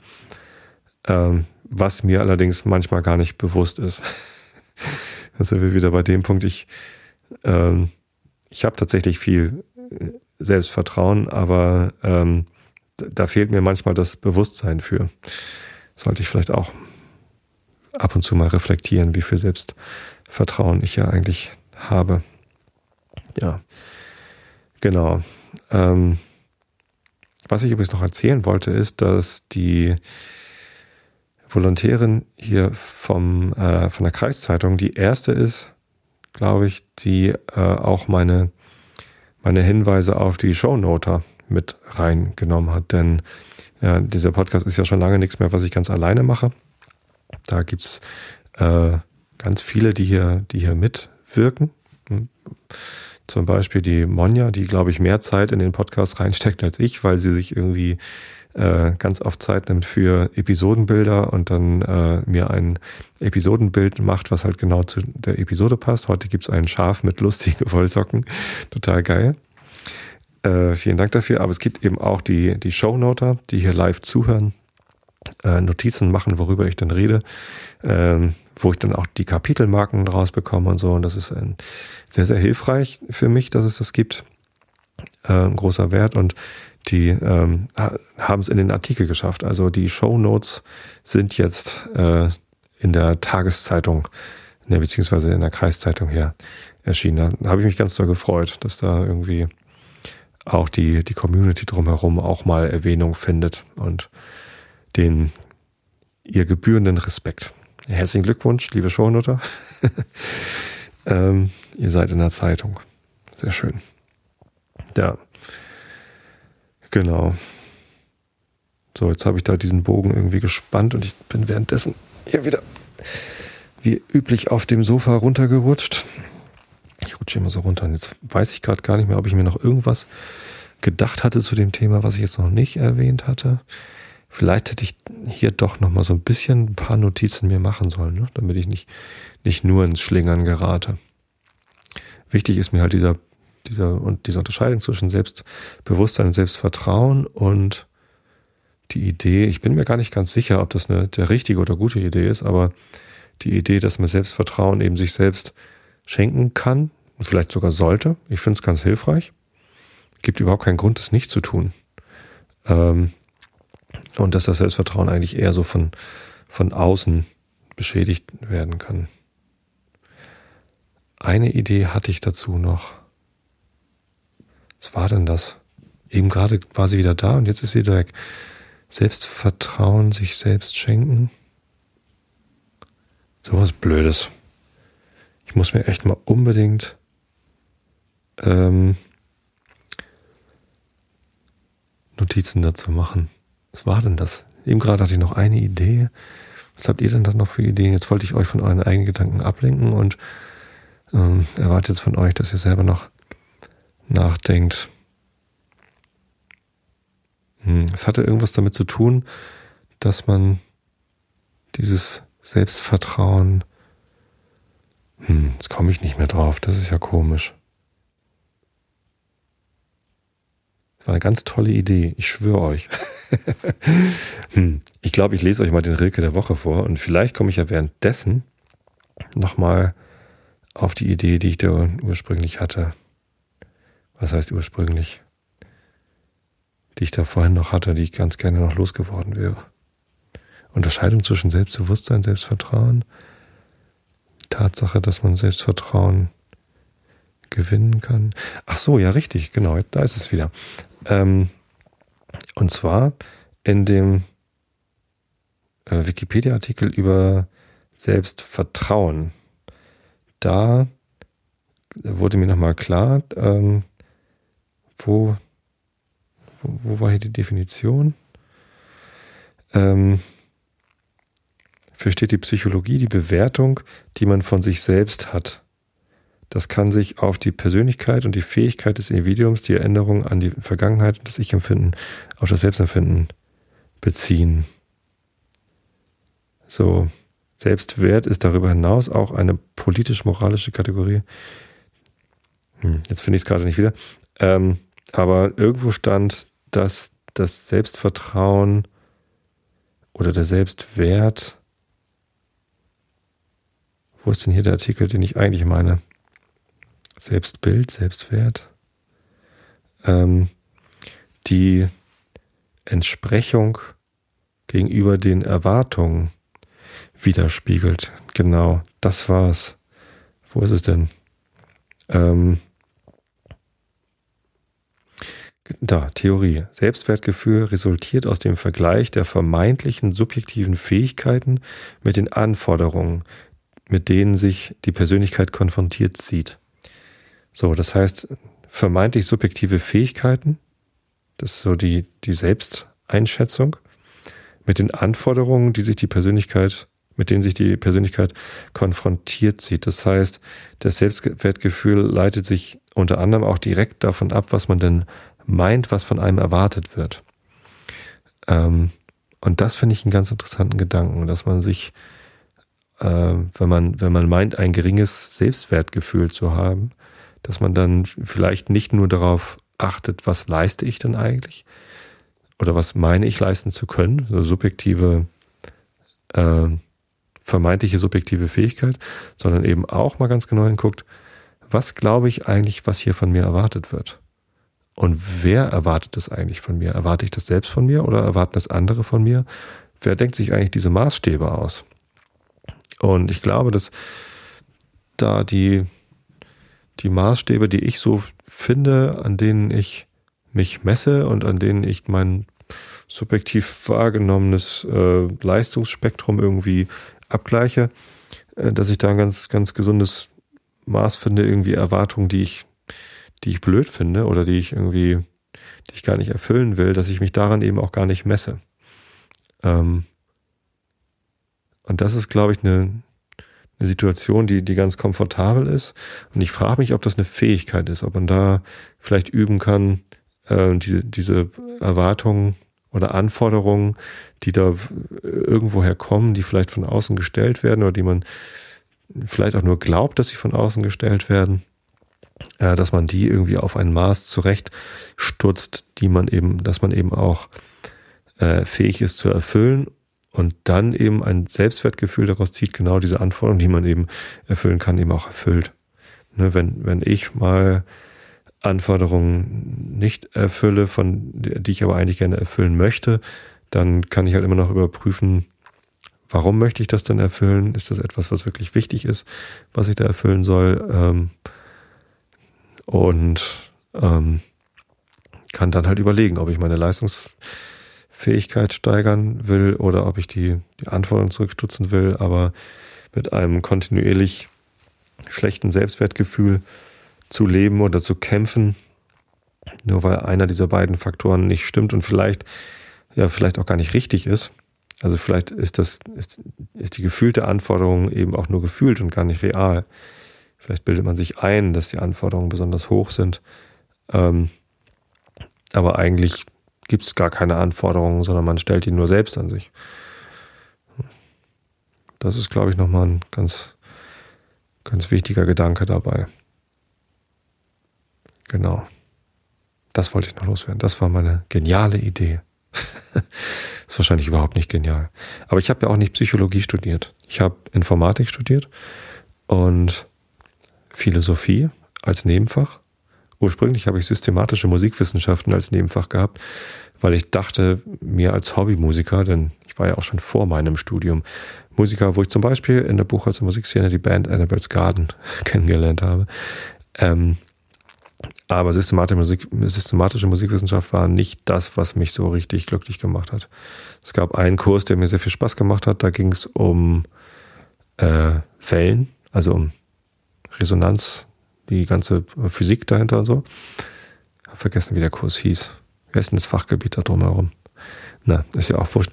Was mir allerdings manchmal gar nicht bewusst ist. Da sind wir wieder bei dem Punkt, ich habe tatsächlich viel Selbstvertrauen, aber da fehlt mir manchmal das Bewusstsein für. Sollte ich vielleicht auch ab und zu mal reflektieren, wie viel Selbstvertrauen ich ja eigentlich habe. Ja, genau. Was ich übrigens noch erzählen wollte, ist, dass die Volontärin hier von der Kreiszeitung die erste ist, glaube ich, die auch meine Hinweise auf die Shownoter mit reingenommen hat. Denn dieser Podcast ist ja schon lange nichts mehr, was ich ganz alleine mache. Da gibt's ganz viele, die hier mitwirken. Zum Beispiel die Monja, die, glaube ich, mehr Zeit in den Podcast reinsteckt als ich, weil sie sich irgendwie ganz oft Zeit nimmt für Episodenbilder und dann mir ein Episodenbild macht, was halt genau zu der Episode passt. Heute gibt's ein Schaf mit lustigen Wollsocken. Total geil. Vielen Dank dafür. Aber es gibt eben auch die Shownoter, die hier live zuhören, Notizen machen, worüber ich dann rede, wo ich dann auch die Kapitelmarken draus bekomme und so. Und das ist sehr, sehr hilfreich für mich, dass es das gibt. Ein großer Wert. Und die haben es in den Artikel geschafft. Also die Shownotes sind jetzt in der Tageszeitung, beziehungsweise in der Kreiszeitung hier erschienen. Da habe ich mich ganz doll gefreut, dass da irgendwie auch die Community drumherum auch mal Erwähnung findet und ihr gebührenden Respekt. Herzlichen Glückwunsch, liebe Shownoter. Ihr seid in der Zeitung. sehr schön. Ja, genau. So, jetzt habe ich da diesen Bogen irgendwie gespannt und ich bin währenddessen hier wieder wie üblich auf dem Sofa runtergerutscht. Ich rutsche immer so runter und jetzt weiß ich gerade gar nicht mehr, ob ich mir noch irgendwas gedacht hatte zu dem Thema, was ich jetzt noch nicht erwähnt hatte. Vielleicht hätte ich hier doch noch mal so ein paar Notizen mir machen sollen, ne? Damit ich nicht nur ins Schlingern gerate. Wichtig ist mir halt diese Unterscheidung zwischen Selbstbewusstsein und Selbstvertrauen und die Idee, ich bin mir gar nicht ganz sicher, ob das der richtige oder gute Idee ist, aber die Idee, dass man Selbstvertrauen eben sich selbst schenken kann und vielleicht sogar sollte. Ich finde es ganz hilfreich. Gibt überhaupt keinen Grund, das nicht zu tun. Und dass das Selbstvertrauen eigentlich eher so von außen beschädigt werden kann. Eine Idee hatte ich dazu noch. Was war denn das? Eben gerade war sie wieder da und jetzt ist sie weg. Selbstvertrauen, sich selbst schenken. Sowas Blödes. Ich muss mir echt mal unbedingt Notizen dazu machen. Was war denn das? Eben gerade hatte ich noch eine Idee. Was habt ihr denn dann noch für Ideen? Jetzt wollte ich euch von euren eigenen Gedanken ablenken und erwarte jetzt von euch, dass ihr selber noch nachdenkt. Es hatte irgendwas damit zu tun, dass man dieses Selbstvertrauen, jetzt komme ich nicht mehr drauf, das ist ja komisch. Das war eine ganz tolle Idee, ich schwöre euch. Ich glaube, ich lese euch mal den Rilke der Woche vor und vielleicht komme ich ja währenddessen nochmal auf die Idee, die ich da ursprünglich hatte. Was heißt ursprünglich? Die ich da vorhin noch hatte, die ich ganz gerne noch losgeworden wäre. Unterscheidung zwischen Selbstbewusstsein, Selbstvertrauen. Tatsache, dass man Selbstvertrauen gewinnen kann. Ach so, ja richtig, genau, da ist es wieder. Und zwar in dem Wikipedia-Artikel über Selbstvertrauen. Da wurde mir nochmal klar, wo war hier die Definition? Versteht die Psychologie die Bewertung, die man von sich selbst hat. Das kann sich auf die Persönlichkeit und die Fähigkeit des Individuums, die Erinnerung an die Vergangenheit und das Ich-Empfinden, auf das Selbstempfinden beziehen. So, Selbstwert ist darüber hinaus auch eine politisch-moralische Kategorie. Jetzt finde ich es gerade nicht wieder. Aber irgendwo stand, dass das Selbstvertrauen oder der Selbstwert, wo ist denn hier der Artikel, den ich eigentlich meine? Selbstbild, Selbstwert, die Entsprechung gegenüber den Erwartungen widerspiegelt. Genau, das war's. Wo ist es denn? Da, Theorie. Selbstwertgefühl resultiert aus dem Vergleich der vermeintlichen subjektiven Fähigkeiten mit den Anforderungen, mit denen sich die Persönlichkeit konfrontiert sieht. So, das heißt, vermeintlich subjektive Fähigkeiten, das ist so die Selbsteinschätzung, mit den Anforderungen, mit denen sich die Persönlichkeit konfrontiert sieht. Das heißt, das Selbstwertgefühl leitet sich unter anderem auch direkt davon ab, was man denn meint, was von einem erwartet wird. Und das finde ich einen ganz interessanten Gedanken, dass man sich, wenn man meint, ein geringes Selbstwertgefühl zu haben, dass man dann vielleicht nicht nur darauf achtet, was leiste ich denn eigentlich oder was meine ich leisten zu können, so vermeintliche subjektive Fähigkeit, sondern eben auch mal ganz genau hinguckt, was glaube ich eigentlich, was hier von mir erwartet wird. Und wer erwartet das eigentlich von mir? Erwarte ich das selbst von mir oder erwarten das andere von mir? Wer denkt sich eigentlich diese Maßstäbe aus? Und ich glaube, dass da die Maßstäbe, die ich so finde, an denen ich mich messe und an denen ich mein subjektiv wahrgenommenes Leistungsspektrum irgendwie abgleiche, dass ich da ein ganz, ganz gesundes Maß finde, irgendwie Erwartungen, die die ich blöd finde oder die ich gar nicht erfüllen will, dass ich mich daran eben auch gar nicht messe. Und das ist, glaube ich, eine Situation, die ganz komfortabel ist. Und ich frage mich, ob das eine Fähigkeit ist, ob man da vielleicht üben kann, diese Erwartungen oder Anforderungen, die da irgendwoher kommen, die vielleicht von außen gestellt werden oder die man vielleicht auch nur glaubt, dass sie von außen gestellt werden, dass man die irgendwie auf ein Maß zurechtstutzt, dass man eben auch fähig ist zu erfüllen und dann eben ein Selbstwertgefühl daraus zieht, genau diese Anforderungen, die man eben erfüllen kann, eben auch erfüllt. Ne, wenn ich mal Anforderungen nicht erfülle, die ich aber eigentlich gerne erfüllen möchte, dann kann ich halt immer noch überprüfen, warum möchte ich das denn erfüllen? Ist das etwas, was wirklich wichtig ist, was ich da erfüllen soll? Kann dann halt überlegen, ob ich meine Leistungsfähigkeit steigern will oder ob ich die Anforderungen zurückstutzen will, aber mit einem kontinuierlich schlechten Selbstwertgefühl zu leben oder zu kämpfen, nur weil einer dieser beiden Faktoren nicht stimmt und vielleicht auch gar nicht richtig ist. Also vielleicht ist die gefühlte Anforderung eben auch nur gefühlt und gar nicht real. Vielleicht bildet man sich ein, dass die Anforderungen besonders hoch sind. Aber eigentlich gibt es gar keine Anforderungen, sondern man stellt die nur selbst an sich. Das ist, glaube ich, nochmal ein ganz, ganz wichtiger Gedanke dabei. Genau. Das wollte ich noch loswerden. Das war meine geniale Idee. Ist wahrscheinlich überhaupt nicht genial. Aber ich habe ja auch nicht Psychologie studiert. Ich habe Informatik studiert und Philosophie als Nebenfach. Ursprünglich habe ich systematische Musikwissenschaften als Nebenfach gehabt, weil ich dachte, mir als Hobbymusiker, denn ich war ja auch schon vor meinem Studium Musiker, wo ich zum Beispiel in der Buchholzer Musikszene die Band Annabelle's Garden kennengelernt habe. Aber systematische Musikwissenschaft war nicht das, was mich so richtig glücklich gemacht hat. Es gab einen Kurs, der mir sehr viel Spaß gemacht hat. Da ging es um Wellen, also um Resonanz, die ganze Physik dahinter und so. Ich habe vergessen, wie der Kurs hieß. Wer ist denn das Fachgebiet da drumherum? Na, ist ja auch wurscht.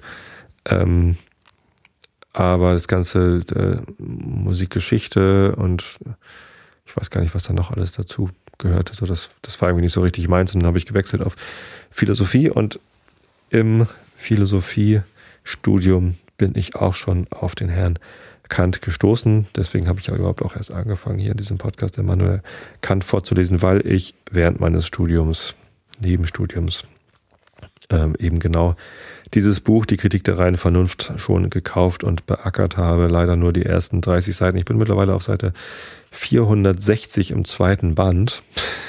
Aber das ganze Musikgeschichte und ich weiß gar nicht, was da noch alles dazu gehörte. So, das war irgendwie nicht so richtig meins. Und dann habe ich gewechselt auf Philosophie und im Philosophiestudium bin ich auch schon auf den Herrn Kant gestoßen. Deswegen habe ich ja überhaupt auch erst angefangen, hier in diesem Podcast Immanuel Kant vorzulesen, weil ich während meines Nebenstudiums, eben genau dieses Buch, die Kritik der reinen Vernunft, schon gekauft und beackert habe. Leider nur die ersten 30 Seiten. Ich bin mittlerweile auf Seite 460 im zweiten Band.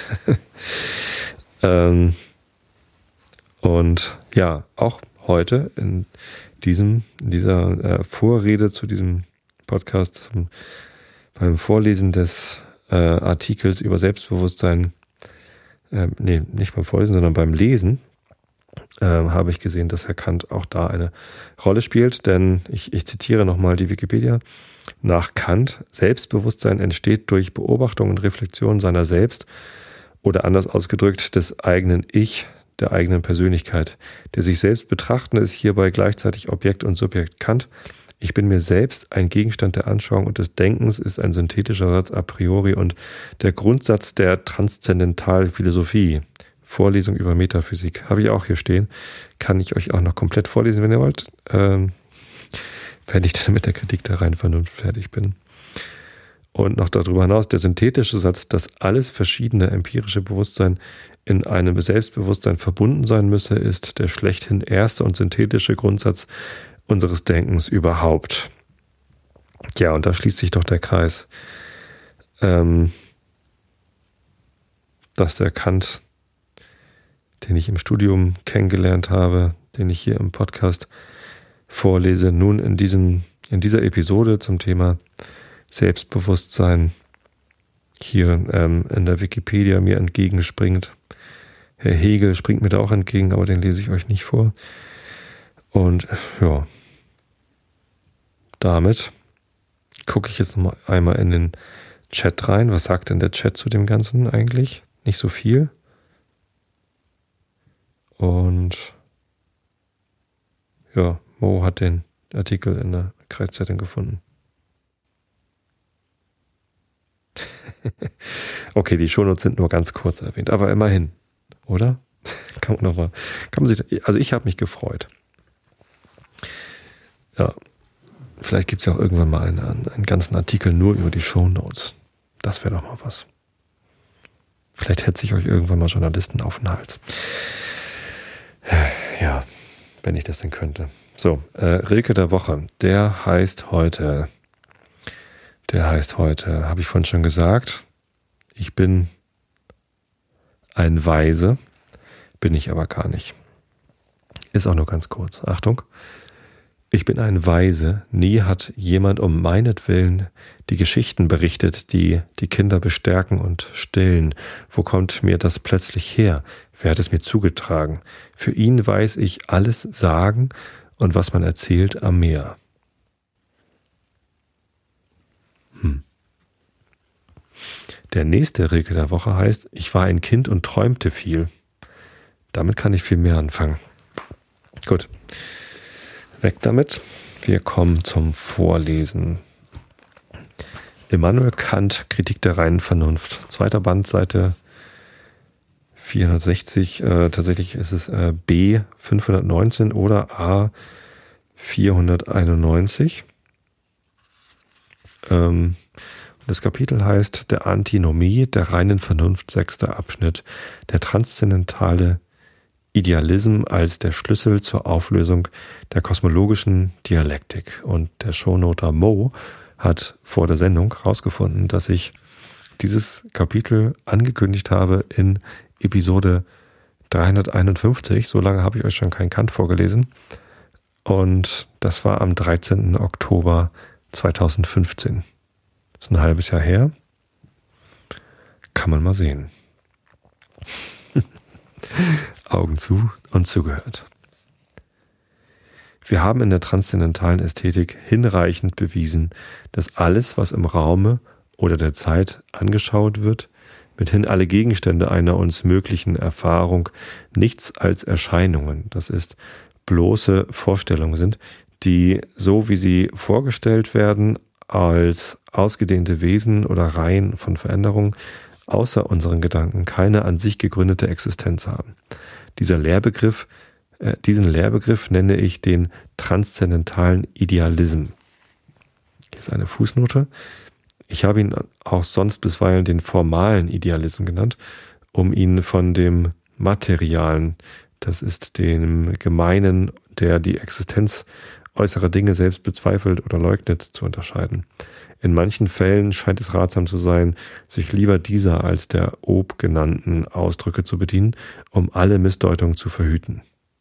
Und ja, auch heute in dieser Vorrede zu diesem Podcast, beim Vorlesen des Artikels über Selbstbewusstsein, nicht beim Vorlesen, sondern beim Lesen, habe ich gesehen, dass Herr Kant auch da eine Rolle spielt, denn ich zitiere nochmal die Wikipedia. Nach Kant, Selbstbewusstsein entsteht durch Beobachtung und Reflexion seiner selbst oder anders ausgedrückt des eigenen Ich, der eigenen Persönlichkeit. Der sich selbst Betrachtende ist hierbei gleichzeitig Objekt und Subjekt. Kant, ich bin mir selbst ein Gegenstand der Anschauung und des Denkens, ist ein synthetischer Satz a priori und der Grundsatz der Transzendentalphilosophie. Vorlesung über Metaphysik. Habe ich auch hier stehen. Kann ich euch auch noch komplett vorlesen, wenn ihr wollt. Wenn ich dann mit der Kritik der reinen Vernunft fertig bin. Und noch darüber hinaus der synthetische Satz, dass alles verschiedene empirische Bewusstsein in einem Selbstbewusstsein verbunden sein müsse, ist der schlechthin erste und synthetische Grundsatz unseres Denkens überhaupt. Ja, und da schließt sich doch der Kreis, dass der Kant, den ich im Studium kennengelernt habe, den ich hier im Podcast vorlese, nun in dieser Episode zum Thema Selbstbewusstsein hier in der Wikipedia mir entgegenspringt. Herr Hegel springt mir da auch entgegen, aber den lese ich euch nicht vor. Und ja, damit gucke ich jetzt noch einmal in den Chat rein. Was sagt denn der Chat zu dem Ganzen eigentlich? nicht so viel. Und ja, Mo hat den Artikel in der Kreiszeitung gefunden. Okay, die Shownotes sind nur ganz kurz erwähnt, aber immerhin, oder? Also ich habe mich gefreut. Ja, vielleicht gibt es ja auch irgendwann mal einen ganzen Artikel nur über die Shownotes. Das wäre doch mal was. Vielleicht hetze ich euch irgendwann mal Journalisten auf den Hals. Ja, wenn ich das denn könnte. So, Rilke der Woche, der heißt heute, habe ich vorhin schon gesagt, ich bin ein Weise, bin ich aber gar nicht. Ist auch nur ganz kurz. Achtung. Ich bin ein Weise, nie hat jemand um meinetwillen die Geschichten berichtet, die die Kinder bestärken und stillen. Wo kommt mir das plötzlich her? Wer hat es mir zugetragen? Für ihn weiß ich alles sagen und was man erzählt am Meer. Der nächste Rilke der Woche heißt, ich war ein Kind und träumte viel. Damit kann ich viel mehr anfangen. Gut. Weg damit. Wir kommen zum Vorlesen. Immanuel Kant, Kritik der reinen Vernunft. 2. Band, Seite 460. Tatsächlich ist es B 519 oder A 491. Das Kapitel heißt der Antinomie der reinen Vernunft, 6. Abschnitt. Der transzendentale Idealism als der Schlüssel zur Auflösung der kosmologischen Dialektik. Und der Shownoter Mo hat vor der Sendung herausgefunden, dass ich dieses Kapitel angekündigt habe in Episode 351. So lange habe ich euch schon keinen Kant vorgelesen. Und das war am 13. Oktober 2015. Das ist ein halbes Jahr her. Kann man mal sehen. Augen zu und zugehört. Wir haben in der transzendentalen Ästhetik hinreichend bewiesen, dass alles, was im Raume oder der Zeit angeschaut wird, mithin alle Gegenstände einer uns möglichen Erfahrung nichts als Erscheinungen, das ist bloße Vorstellungen sind, die, so wie sie vorgestellt werden, als ausgedehnte Wesen oder Reihen von Veränderungen außer unseren Gedanken keine an sich gegründete Existenz haben. Diesen Lehrbegriff nenne ich den transzendentalen Idealism. Hier ist eine Fußnote. Ich habe ihn auch sonst bisweilen den formalen Idealism genannt, um ihn von dem materialen, das ist dem Gemeinen, der die Existenz äußerer Dinge selbst bezweifelt oder leugnet, zu unterscheiden. In manchen Fällen scheint es ratsam zu sein, sich lieber dieser als der ob genannten Ausdrücke zu bedienen, um alle Missdeutungen zu verhüten.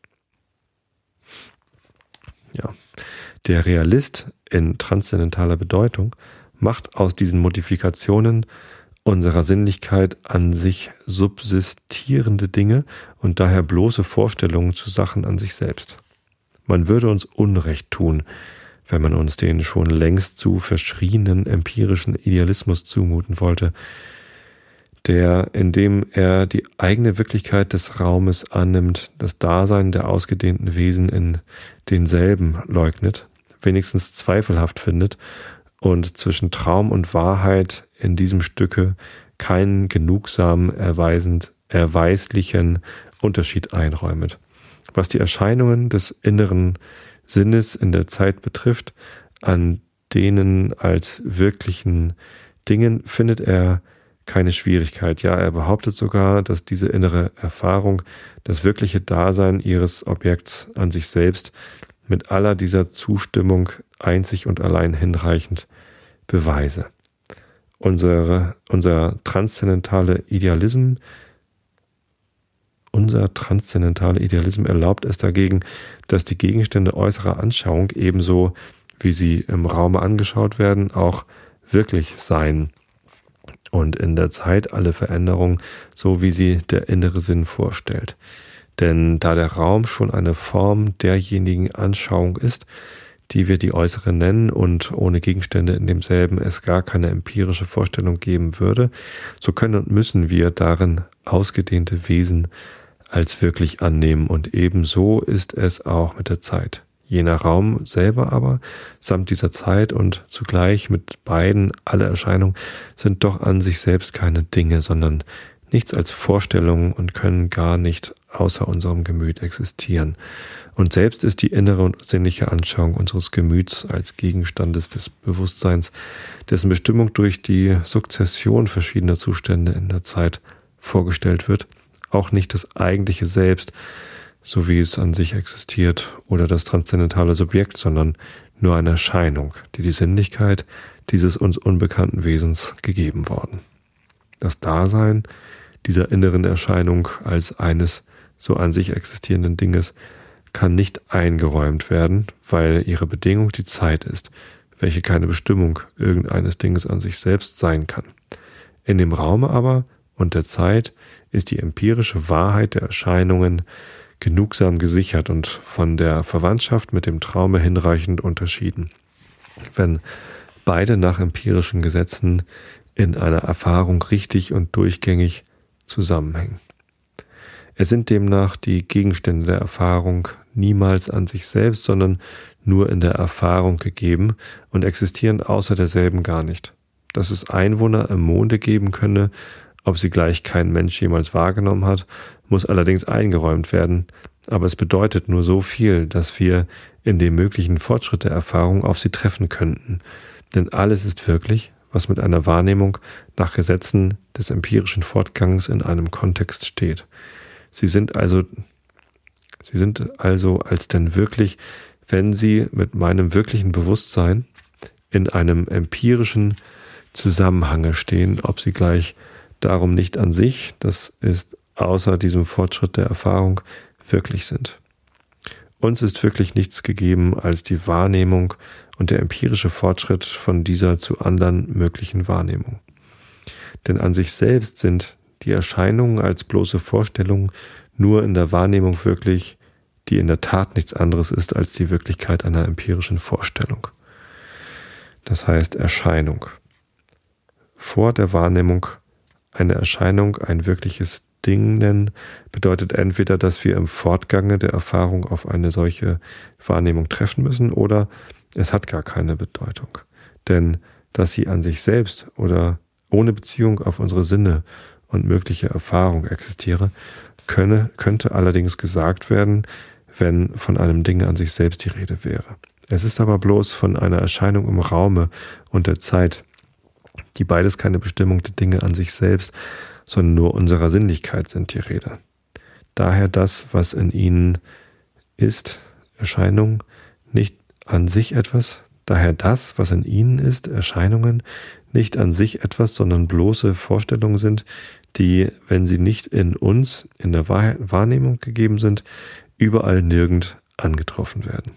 Ja. Der Realist in transzendentaler Bedeutung macht aus diesen Modifikationen unserer Sinnlichkeit an sich subsistierende Dinge und daher bloße Vorstellungen zu Sachen an sich selbst. Man würde uns Unrecht tun, wenn man uns den schon längst zu verschrienen empirischen Idealismus zumuten wollte, der, indem er die eigene Wirklichkeit des Raumes annimmt, das Dasein der ausgedehnten Wesen in denselben leugnet, wenigstens zweifelhaft findet und zwischen Traum und Wahrheit in diesem Stücke keinen genugsam erweislichen Unterschied einräumet. Was die Erscheinungen des inneren Sinnes in der Zeit betrifft, an denen als wirklichen Dingen findet er keine Schwierigkeit. Ja, er behauptet sogar, dass diese innere Erfahrung das wirkliche Dasein ihres Objekts an sich selbst mit aller dieser Zustimmung einzig und allein hinreichend beweise. Unser transzendentaler Idealism erlaubt es dagegen, dass die Gegenstände äußerer Anschauung ebenso, wie sie im Raume angeschaut werden, auch wirklich seien und in der Zeit alle Veränderungen, so wie sie der innere Sinn vorstellt. Denn da der Raum schon eine Form derjenigen Anschauung ist, die wir die äußere nennen und ohne Gegenstände in demselben es gar keine empirische Vorstellung geben würde, so können und müssen wir darin ausgedehnte Wesen als wirklich annehmen, und ebenso ist es auch mit der Zeit. Jener Raum selber aber, samt dieser Zeit und zugleich mit beiden alle Erscheinungen, sind doch an sich selbst keine Dinge, sondern nichts als Vorstellungen und können gar nicht außer unserem Gemüt existieren. Und selbst ist die innere und sinnliche Anschauung unseres Gemüts als Gegenstandes des Bewusstseins, dessen Bestimmung durch die Sukzession verschiedener Zustände in der Zeit vorgestellt wird, auch nicht das eigentliche Selbst, so wie es an sich existiert, oder das transzendentale Subjekt, sondern nur eine Erscheinung, die Sinnlichkeit dieses uns unbekannten Wesens gegeben worden. Das Dasein dieser inneren Erscheinung als eines so an sich existierenden Dinges kann nicht eingeräumt werden, weil ihre Bedingung die Zeit ist, welche keine Bestimmung irgendeines Dinges an sich selbst sein kann. In dem Raume aber und der Zeit ist die empirische Wahrheit der Erscheinungen genugsam gesichert und von der Verwandtschaft mit dem Traume hinreichend unterschieden, wenn beide nach empirischen Gesetzen in einer Erfahrung richtig und durchgängig zusammenhängen. Es sind demnach die Gegenstände der Erfahrung niemals an sich selbst, sondern nur in der Erfahrung gegeben und existieren außer derselben gar nicht. Dass es Einwohner im Monde geben könne, ob sie gleich kein Mensch jemals wahrgenommen hat, muss allerdings eingeräumt werden, aber es bedeutet nur so viel, dass wir in dem möglichen Fortschritt der Erfahrung auf sie treffen könnten. Denn alles ist wirklich, was mit einer Wahrnehmung nach Gesetzen des empirischen Fortgangs in einem Kontext steht. Sie sind also als denn wirklich, wenn sie mit meinem wirklichen Bewusstsein in einem empirischen Zusammenhange stehen, ob sie gleich darum nicht an sich, das ist außer diesem Fortschritt der Erfahrung, wirklich sind. Uns ist wirklich nichts gegeben als die Wahrnehmung und der empirische Fortschritt von dieser zu anderen möglichen Wahrnehmung. Denn an sich selbst sind die Erscheinungen als bloße Vorstellungen nur in der Wahrnehmung wirklich, die in der Tat nichts anderes ist als die Wirklichkeit einer empirischen Vorstellung. Das heißt Erscheinung. Vor der Wahrnehmung eine Erscheinung ein wirkliches Ding nennen, bedeutet entweder, dass wir im Fortgange der Erfahrung auf eine solche Wahrnehmung treffen müssen, oder es hat gar keine Bedeutung. Denn dass sie an sich selbst oder ohne Beziehung auf unsere Sinne und mögliche Erfahrung existiere, könnte allerdings gesagt werden, wenn von einem Ding an sich selbst die Rede wäre. Es ist aber bloß von einer Erscheinung im Raume und der Zeit, die beides keine Bestimmung der Dinge an sich selbst, sondern nur unserer Sinnlichkeit sind, die Rede. Daher das, was in ihnen ist, Erscheinung, nicht an sich etwas, daher das, was in ihnen ist, Erscheinungen, nicht an sich etwas, sondern bloße Vorstellungen sind, die, wenn sie nicht in uns, in der Wahrnehmung gegeben sind, überall nirgend angetroffen werden.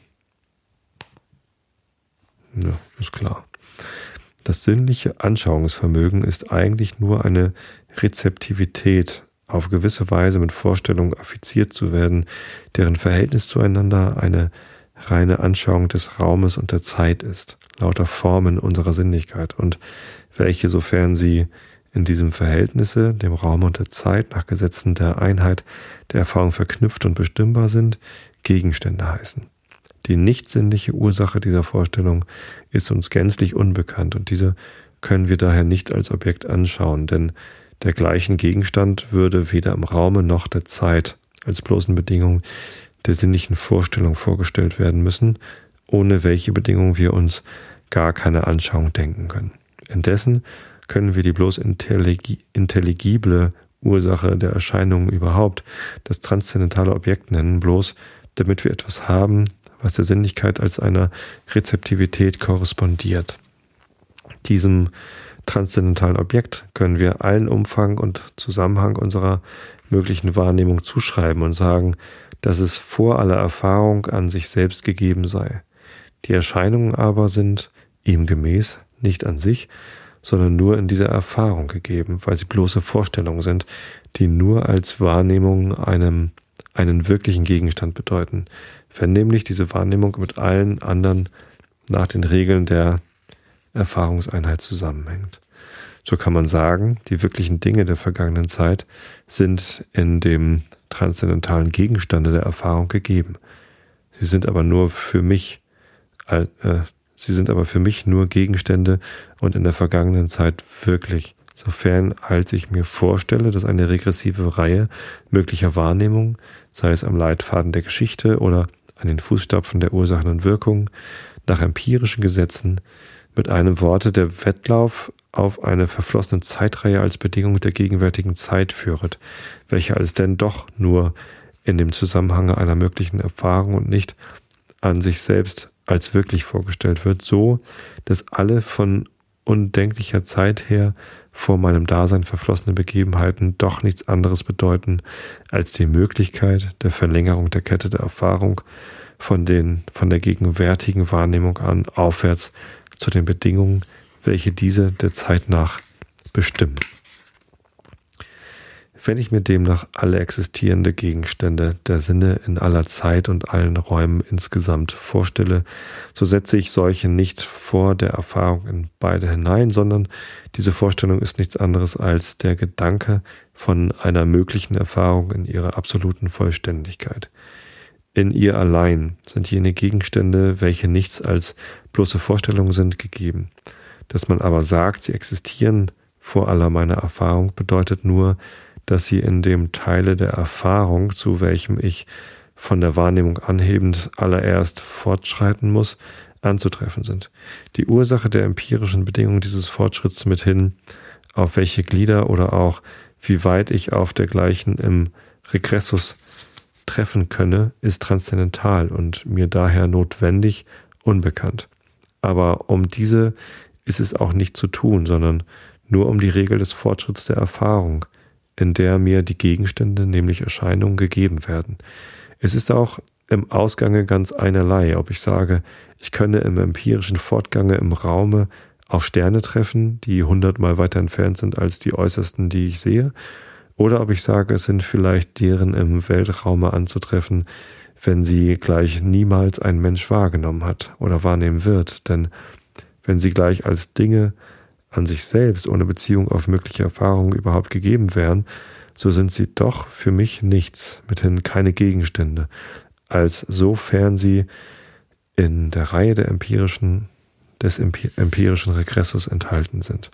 Ja, ist klar. Das sinnliche Anschauungsvermögen ist eigentlich nur eine Rezeptivität, auf gewisse Weise mit Vorstellungen affiziert zu werden, deren Verhältnis zueinander eine reine Anschauung des Raumes und der Zeit ist, lauter Formen unserer Sinnlichkeit, und welche, sofern sie in diesem Verhältnisse, dem Raum und der Zeit, nach Gesetzen der Einheit der Erfahrung verknüpft und bestimmbar sind, Gegenstände heißen. Die nicht sinnliche Ursache dieser Vorstellung ist uns gänzlich unbekannt, und diese können wir daher nicht als Objekt anschauen, denn der gleichen Gegenstand würde weder im Raume noch der Zeit als bloßen Bedingung der sinnlichen Vorstellung vorgestellt werden müssen, ohne welche Bedingung wir uns gar keine Anschauung denken können. Indessen können wir die bloß intelligible Ursache der Erscheinungen überhaupt, das transzendentale Objekt nennen, bloß damit wir etwas haben, was der Sinnlichkeit als einer Rezeptivität korrespondiert. Diesem transzendentalen Objekt können wir allen Umfang und Zusammenhang unserer möglichen Wahrnehmung zuschreiben und sagen, dass es vor aller Erfahrung an sich selbst gegeben sei. Die Erscheinungen aber sind ihm gemäß nicht an sich, sondern nur in dieser Erfahrung gegeben, weil sie bloße Vorstellungen sind, die nur als Wahrnehmung einem einen wirklichen Gegenstand bedeuten, wenn nämlich diese Wahrnehmung mit allen anderen nach den Regeln der Erfahrungseinheit zusammenhängt. So kann man sagen, die wirklichen Dinge der vergangenen Zeit sind in dem transzendentalen Gegenstande der Erfahrung gegeben. Sie sind aber für mich nur Gegenstände und in der vergangenen Zeit wirklich, sofern als ich mir vorstelle, dass eine regressive Reihe möglicher Wahrnehmungen, sei es am Leitfaden der Geschichte oder an den Fußstapfen der Ursachen und Wirkungen, nach empirischen Gesetzen, mit einem Worte der Wettlauf auf eine verflossene Zeitreihe als Bedingung der gegenwärtigen Zeit führet, welche als denn doch nur in dem Zusammenhang einer möglichen Erfahrung und nicht an sich selbst als wirklich vorgestellt wird, so, dass alle von undenklicher Zeit her vor meinem Dasein verflossene Begebenheiten doch nichts anderes bedeuten als die Möglichkeit der Verlängerung der Kette der Erfahrung von der gegenwärtigen Wahrnehmung an aufwärts zu den Bedingungen, welche diese der Zeit nach bestimmen. Wenn ich mir demnach alle existierende Gegenstände der Sinne in aller Zeit und allen Räumen insgesamt vorstelle, so setze ich solche nicht vor der Erfahrung in beide hinein, sondern diese Vorstellung ist nichts anderes als der Gedanke von einer möglichen Erfahrung in ihrer absoluten Vollständigkeit. In ihr allein sind jene Gegenstände, welche nichts als bloße Vorstellungen sind, gegeben. Dass man aber sagt, sie existieren vor aller meiner Erfahrung, bedeutet nur, dass sie in dem Teile der Erfahrung, zu welchem ich von der Wahrnehmung anhebend allererst fortschreiten muss, anzutreffen sind. Die Ursache der empirischen Bedingung dieses Fortschritts mithin, auf welche Glieder oder auch wie weit ich auf dergleichen im Regressus treffen könne, ist transzendental und mir daher notwendig unbekannt. Aber um diese ist es auch nicht zu tun, sondern nur um die Regel des Fortschritts der Erfahrung, in der mir die Gegenstände, nämlich Erscheinungen, gegeben werden. Es ist auch im Ausgange ganz einerlei, ob ich sage, ich könne im empirischen Fortgange im Raume auf Sterne treffen, die 100-mal weiter entfernt sind als die äußersten, die ich sehe, oder ob ich sage, es sind vielleicht deren im Weltraume anzutreffen, wenn sie gleich niemals ein Mensch wahrgenommen hat oder wahrnehmen wird, denn wenn sie gleich als Dinge an sich selbst ohne Beziehung auf mögliche Erfahrungen überhaupt gegeben wären, so sind sie doch für mich nichts, mithin keine Gegenstände, als sofern sie in der Reihe des empirischen Regressus enthalten sind.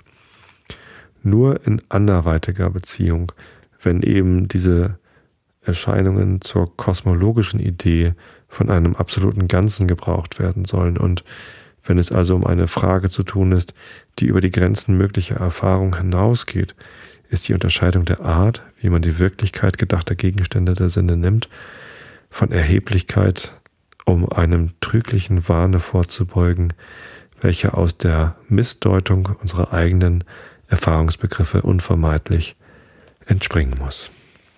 Nur in anderweitiger Beziehung, wenn eben diese Erscheinungen zur kosmologischen Idee von einem absoluten Ganzen gebraucht werden sollen und wenn es also um eine Frage zu tun ist, die über die Grenzen möglicher Erfahrung hinausgeht, ist die Unterscheidung der Art, wie man die Wirklichkeit gedachter Gegenstände der Sinne nimmt, von Erheblichkeit, um einem trüglichen Wahne vorzubeugen, welcher aus der Missdeutung unserer eigenen Erfahrungsbegriffe unvermeidlich entspringen muss.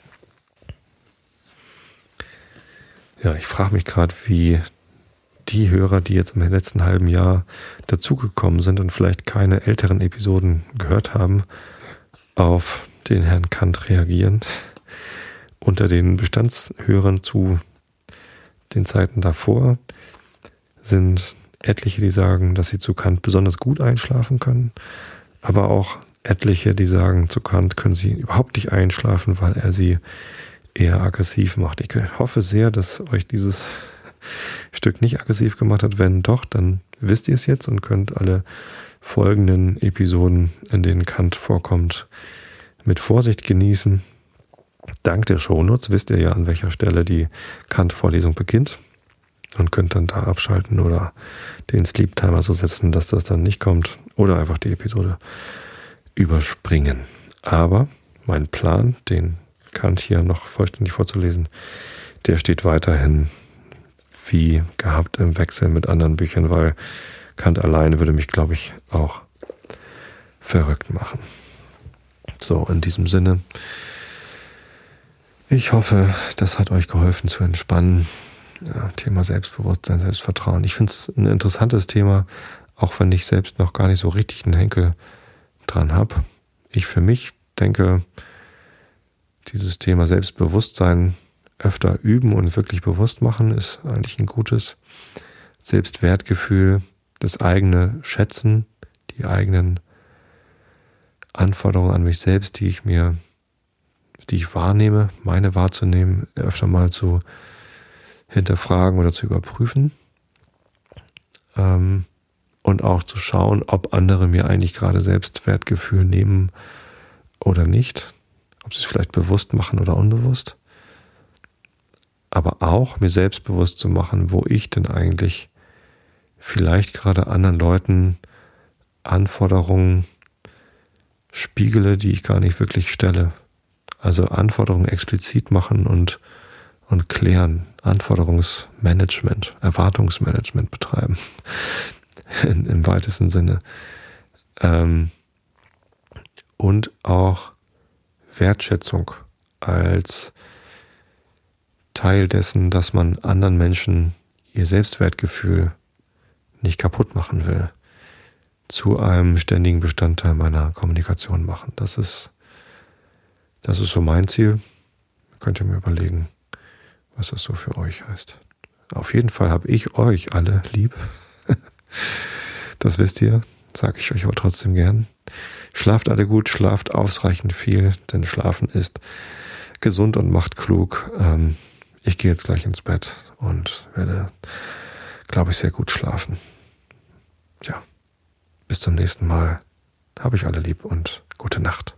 Ja, ich frage mich gerade, wie die Hörer, die jetzt im letzten halben Jahr dazugekommen sind und vielleicht keine älteren Episoden gehört haben, auf den Herrn Kant reagieren. Unter den Bestandshörern zu den Zeiten davor sind etliche, die sagen, dass sie zu Kant besonders gut einschlafen können, aber auch etliche, die sagen, zu Kant können sie überhaupt nicht einschlafen, weil er sie eher aggressiv macht. Ich hoffe sehr, dass euch dieses Stück nicht aggressiv gemacht hat. Wenn doch, dann wisst ihr es jetzt und könnt alle folgenden Episoden, in denen Kant vorkommt, mit Vorsicht genießen. Dank der Shownotes wisst ihr ja, an welcher Stelle die Kant-Vorlesung beginnt und könnt dann da abschalten oder den Sleep-Timer so setzen, dass das dann nicht kommt oder einfach die Episode überspringen. Aber mein Plan, den Kant hier noch vollständig vorzulesen, der steht weiterhin wie gehabt im Wechsel mit anderen Büchern, weil Kant alleine würde mich, glaube ich, auch verrückt machen. So, in diesem Sinne, ich hoffe, das hat euch geholfen zu entspannen. Ja, Thema Selbstbewusstsein, Selbstvertrauen. Ich finde es ein interessantes Thema, auch wenn ich selbst noch gar nicht so richtig einen Henkel dran habe. Ich für mich denke, dieses Thema Selbstbewusstsein öfter üben und wirklich bewusst machen, ist eigentlich ein gutes Selbstwertgefühl, das eigene Schätzen, die eigenen Anforderungen an mich selbst, die ich wahrnehme, meine wahrzunehmen, öfter mal zu hinterfragen oder zu überprüfen. Und auch zu schauen, ob andere mir eigentlich gerade Selbstwertgefühl nehmen oder nicht. Ob sie es vielleicht bewusst machen oder unbewusst. Aber auch mir selbst bewusst zu machen, wo ich denn eigentlich vielleicht gerade anderen Leuten Anforderungen spiegele, die ich gar nicht wirklich stelle. Also Anforderungen explizit machen und klären, Anforderungsmanagement, Erwartungsmanagement betreiben, im weitesten Sinne. Und auch Wertschätzung als Teil dessen, dass man anderen Menschen ihr Selbstwertgefühl nicht kaputt machen will, zu einem ständigen Bestandteil meiner Kommunikation machen. Das ist so mein Ziel. Könnt ihr mir überlegen, was das so für euch heißt. Auf jeden Fall habe ich euch alle lieb. Das wisst ihr, sage ich euch aber trotzdem gern. Schlaft alle gut, schlaft ausreichend viel, denn Schlafen ist gesund und macht klug. Ich gehe jetzt gleich ins Bett und werde, glaube ich, sehr gut schlafen. Ja, bis zum nächsten Mal. Habe ich alle lieb und gute Nacht.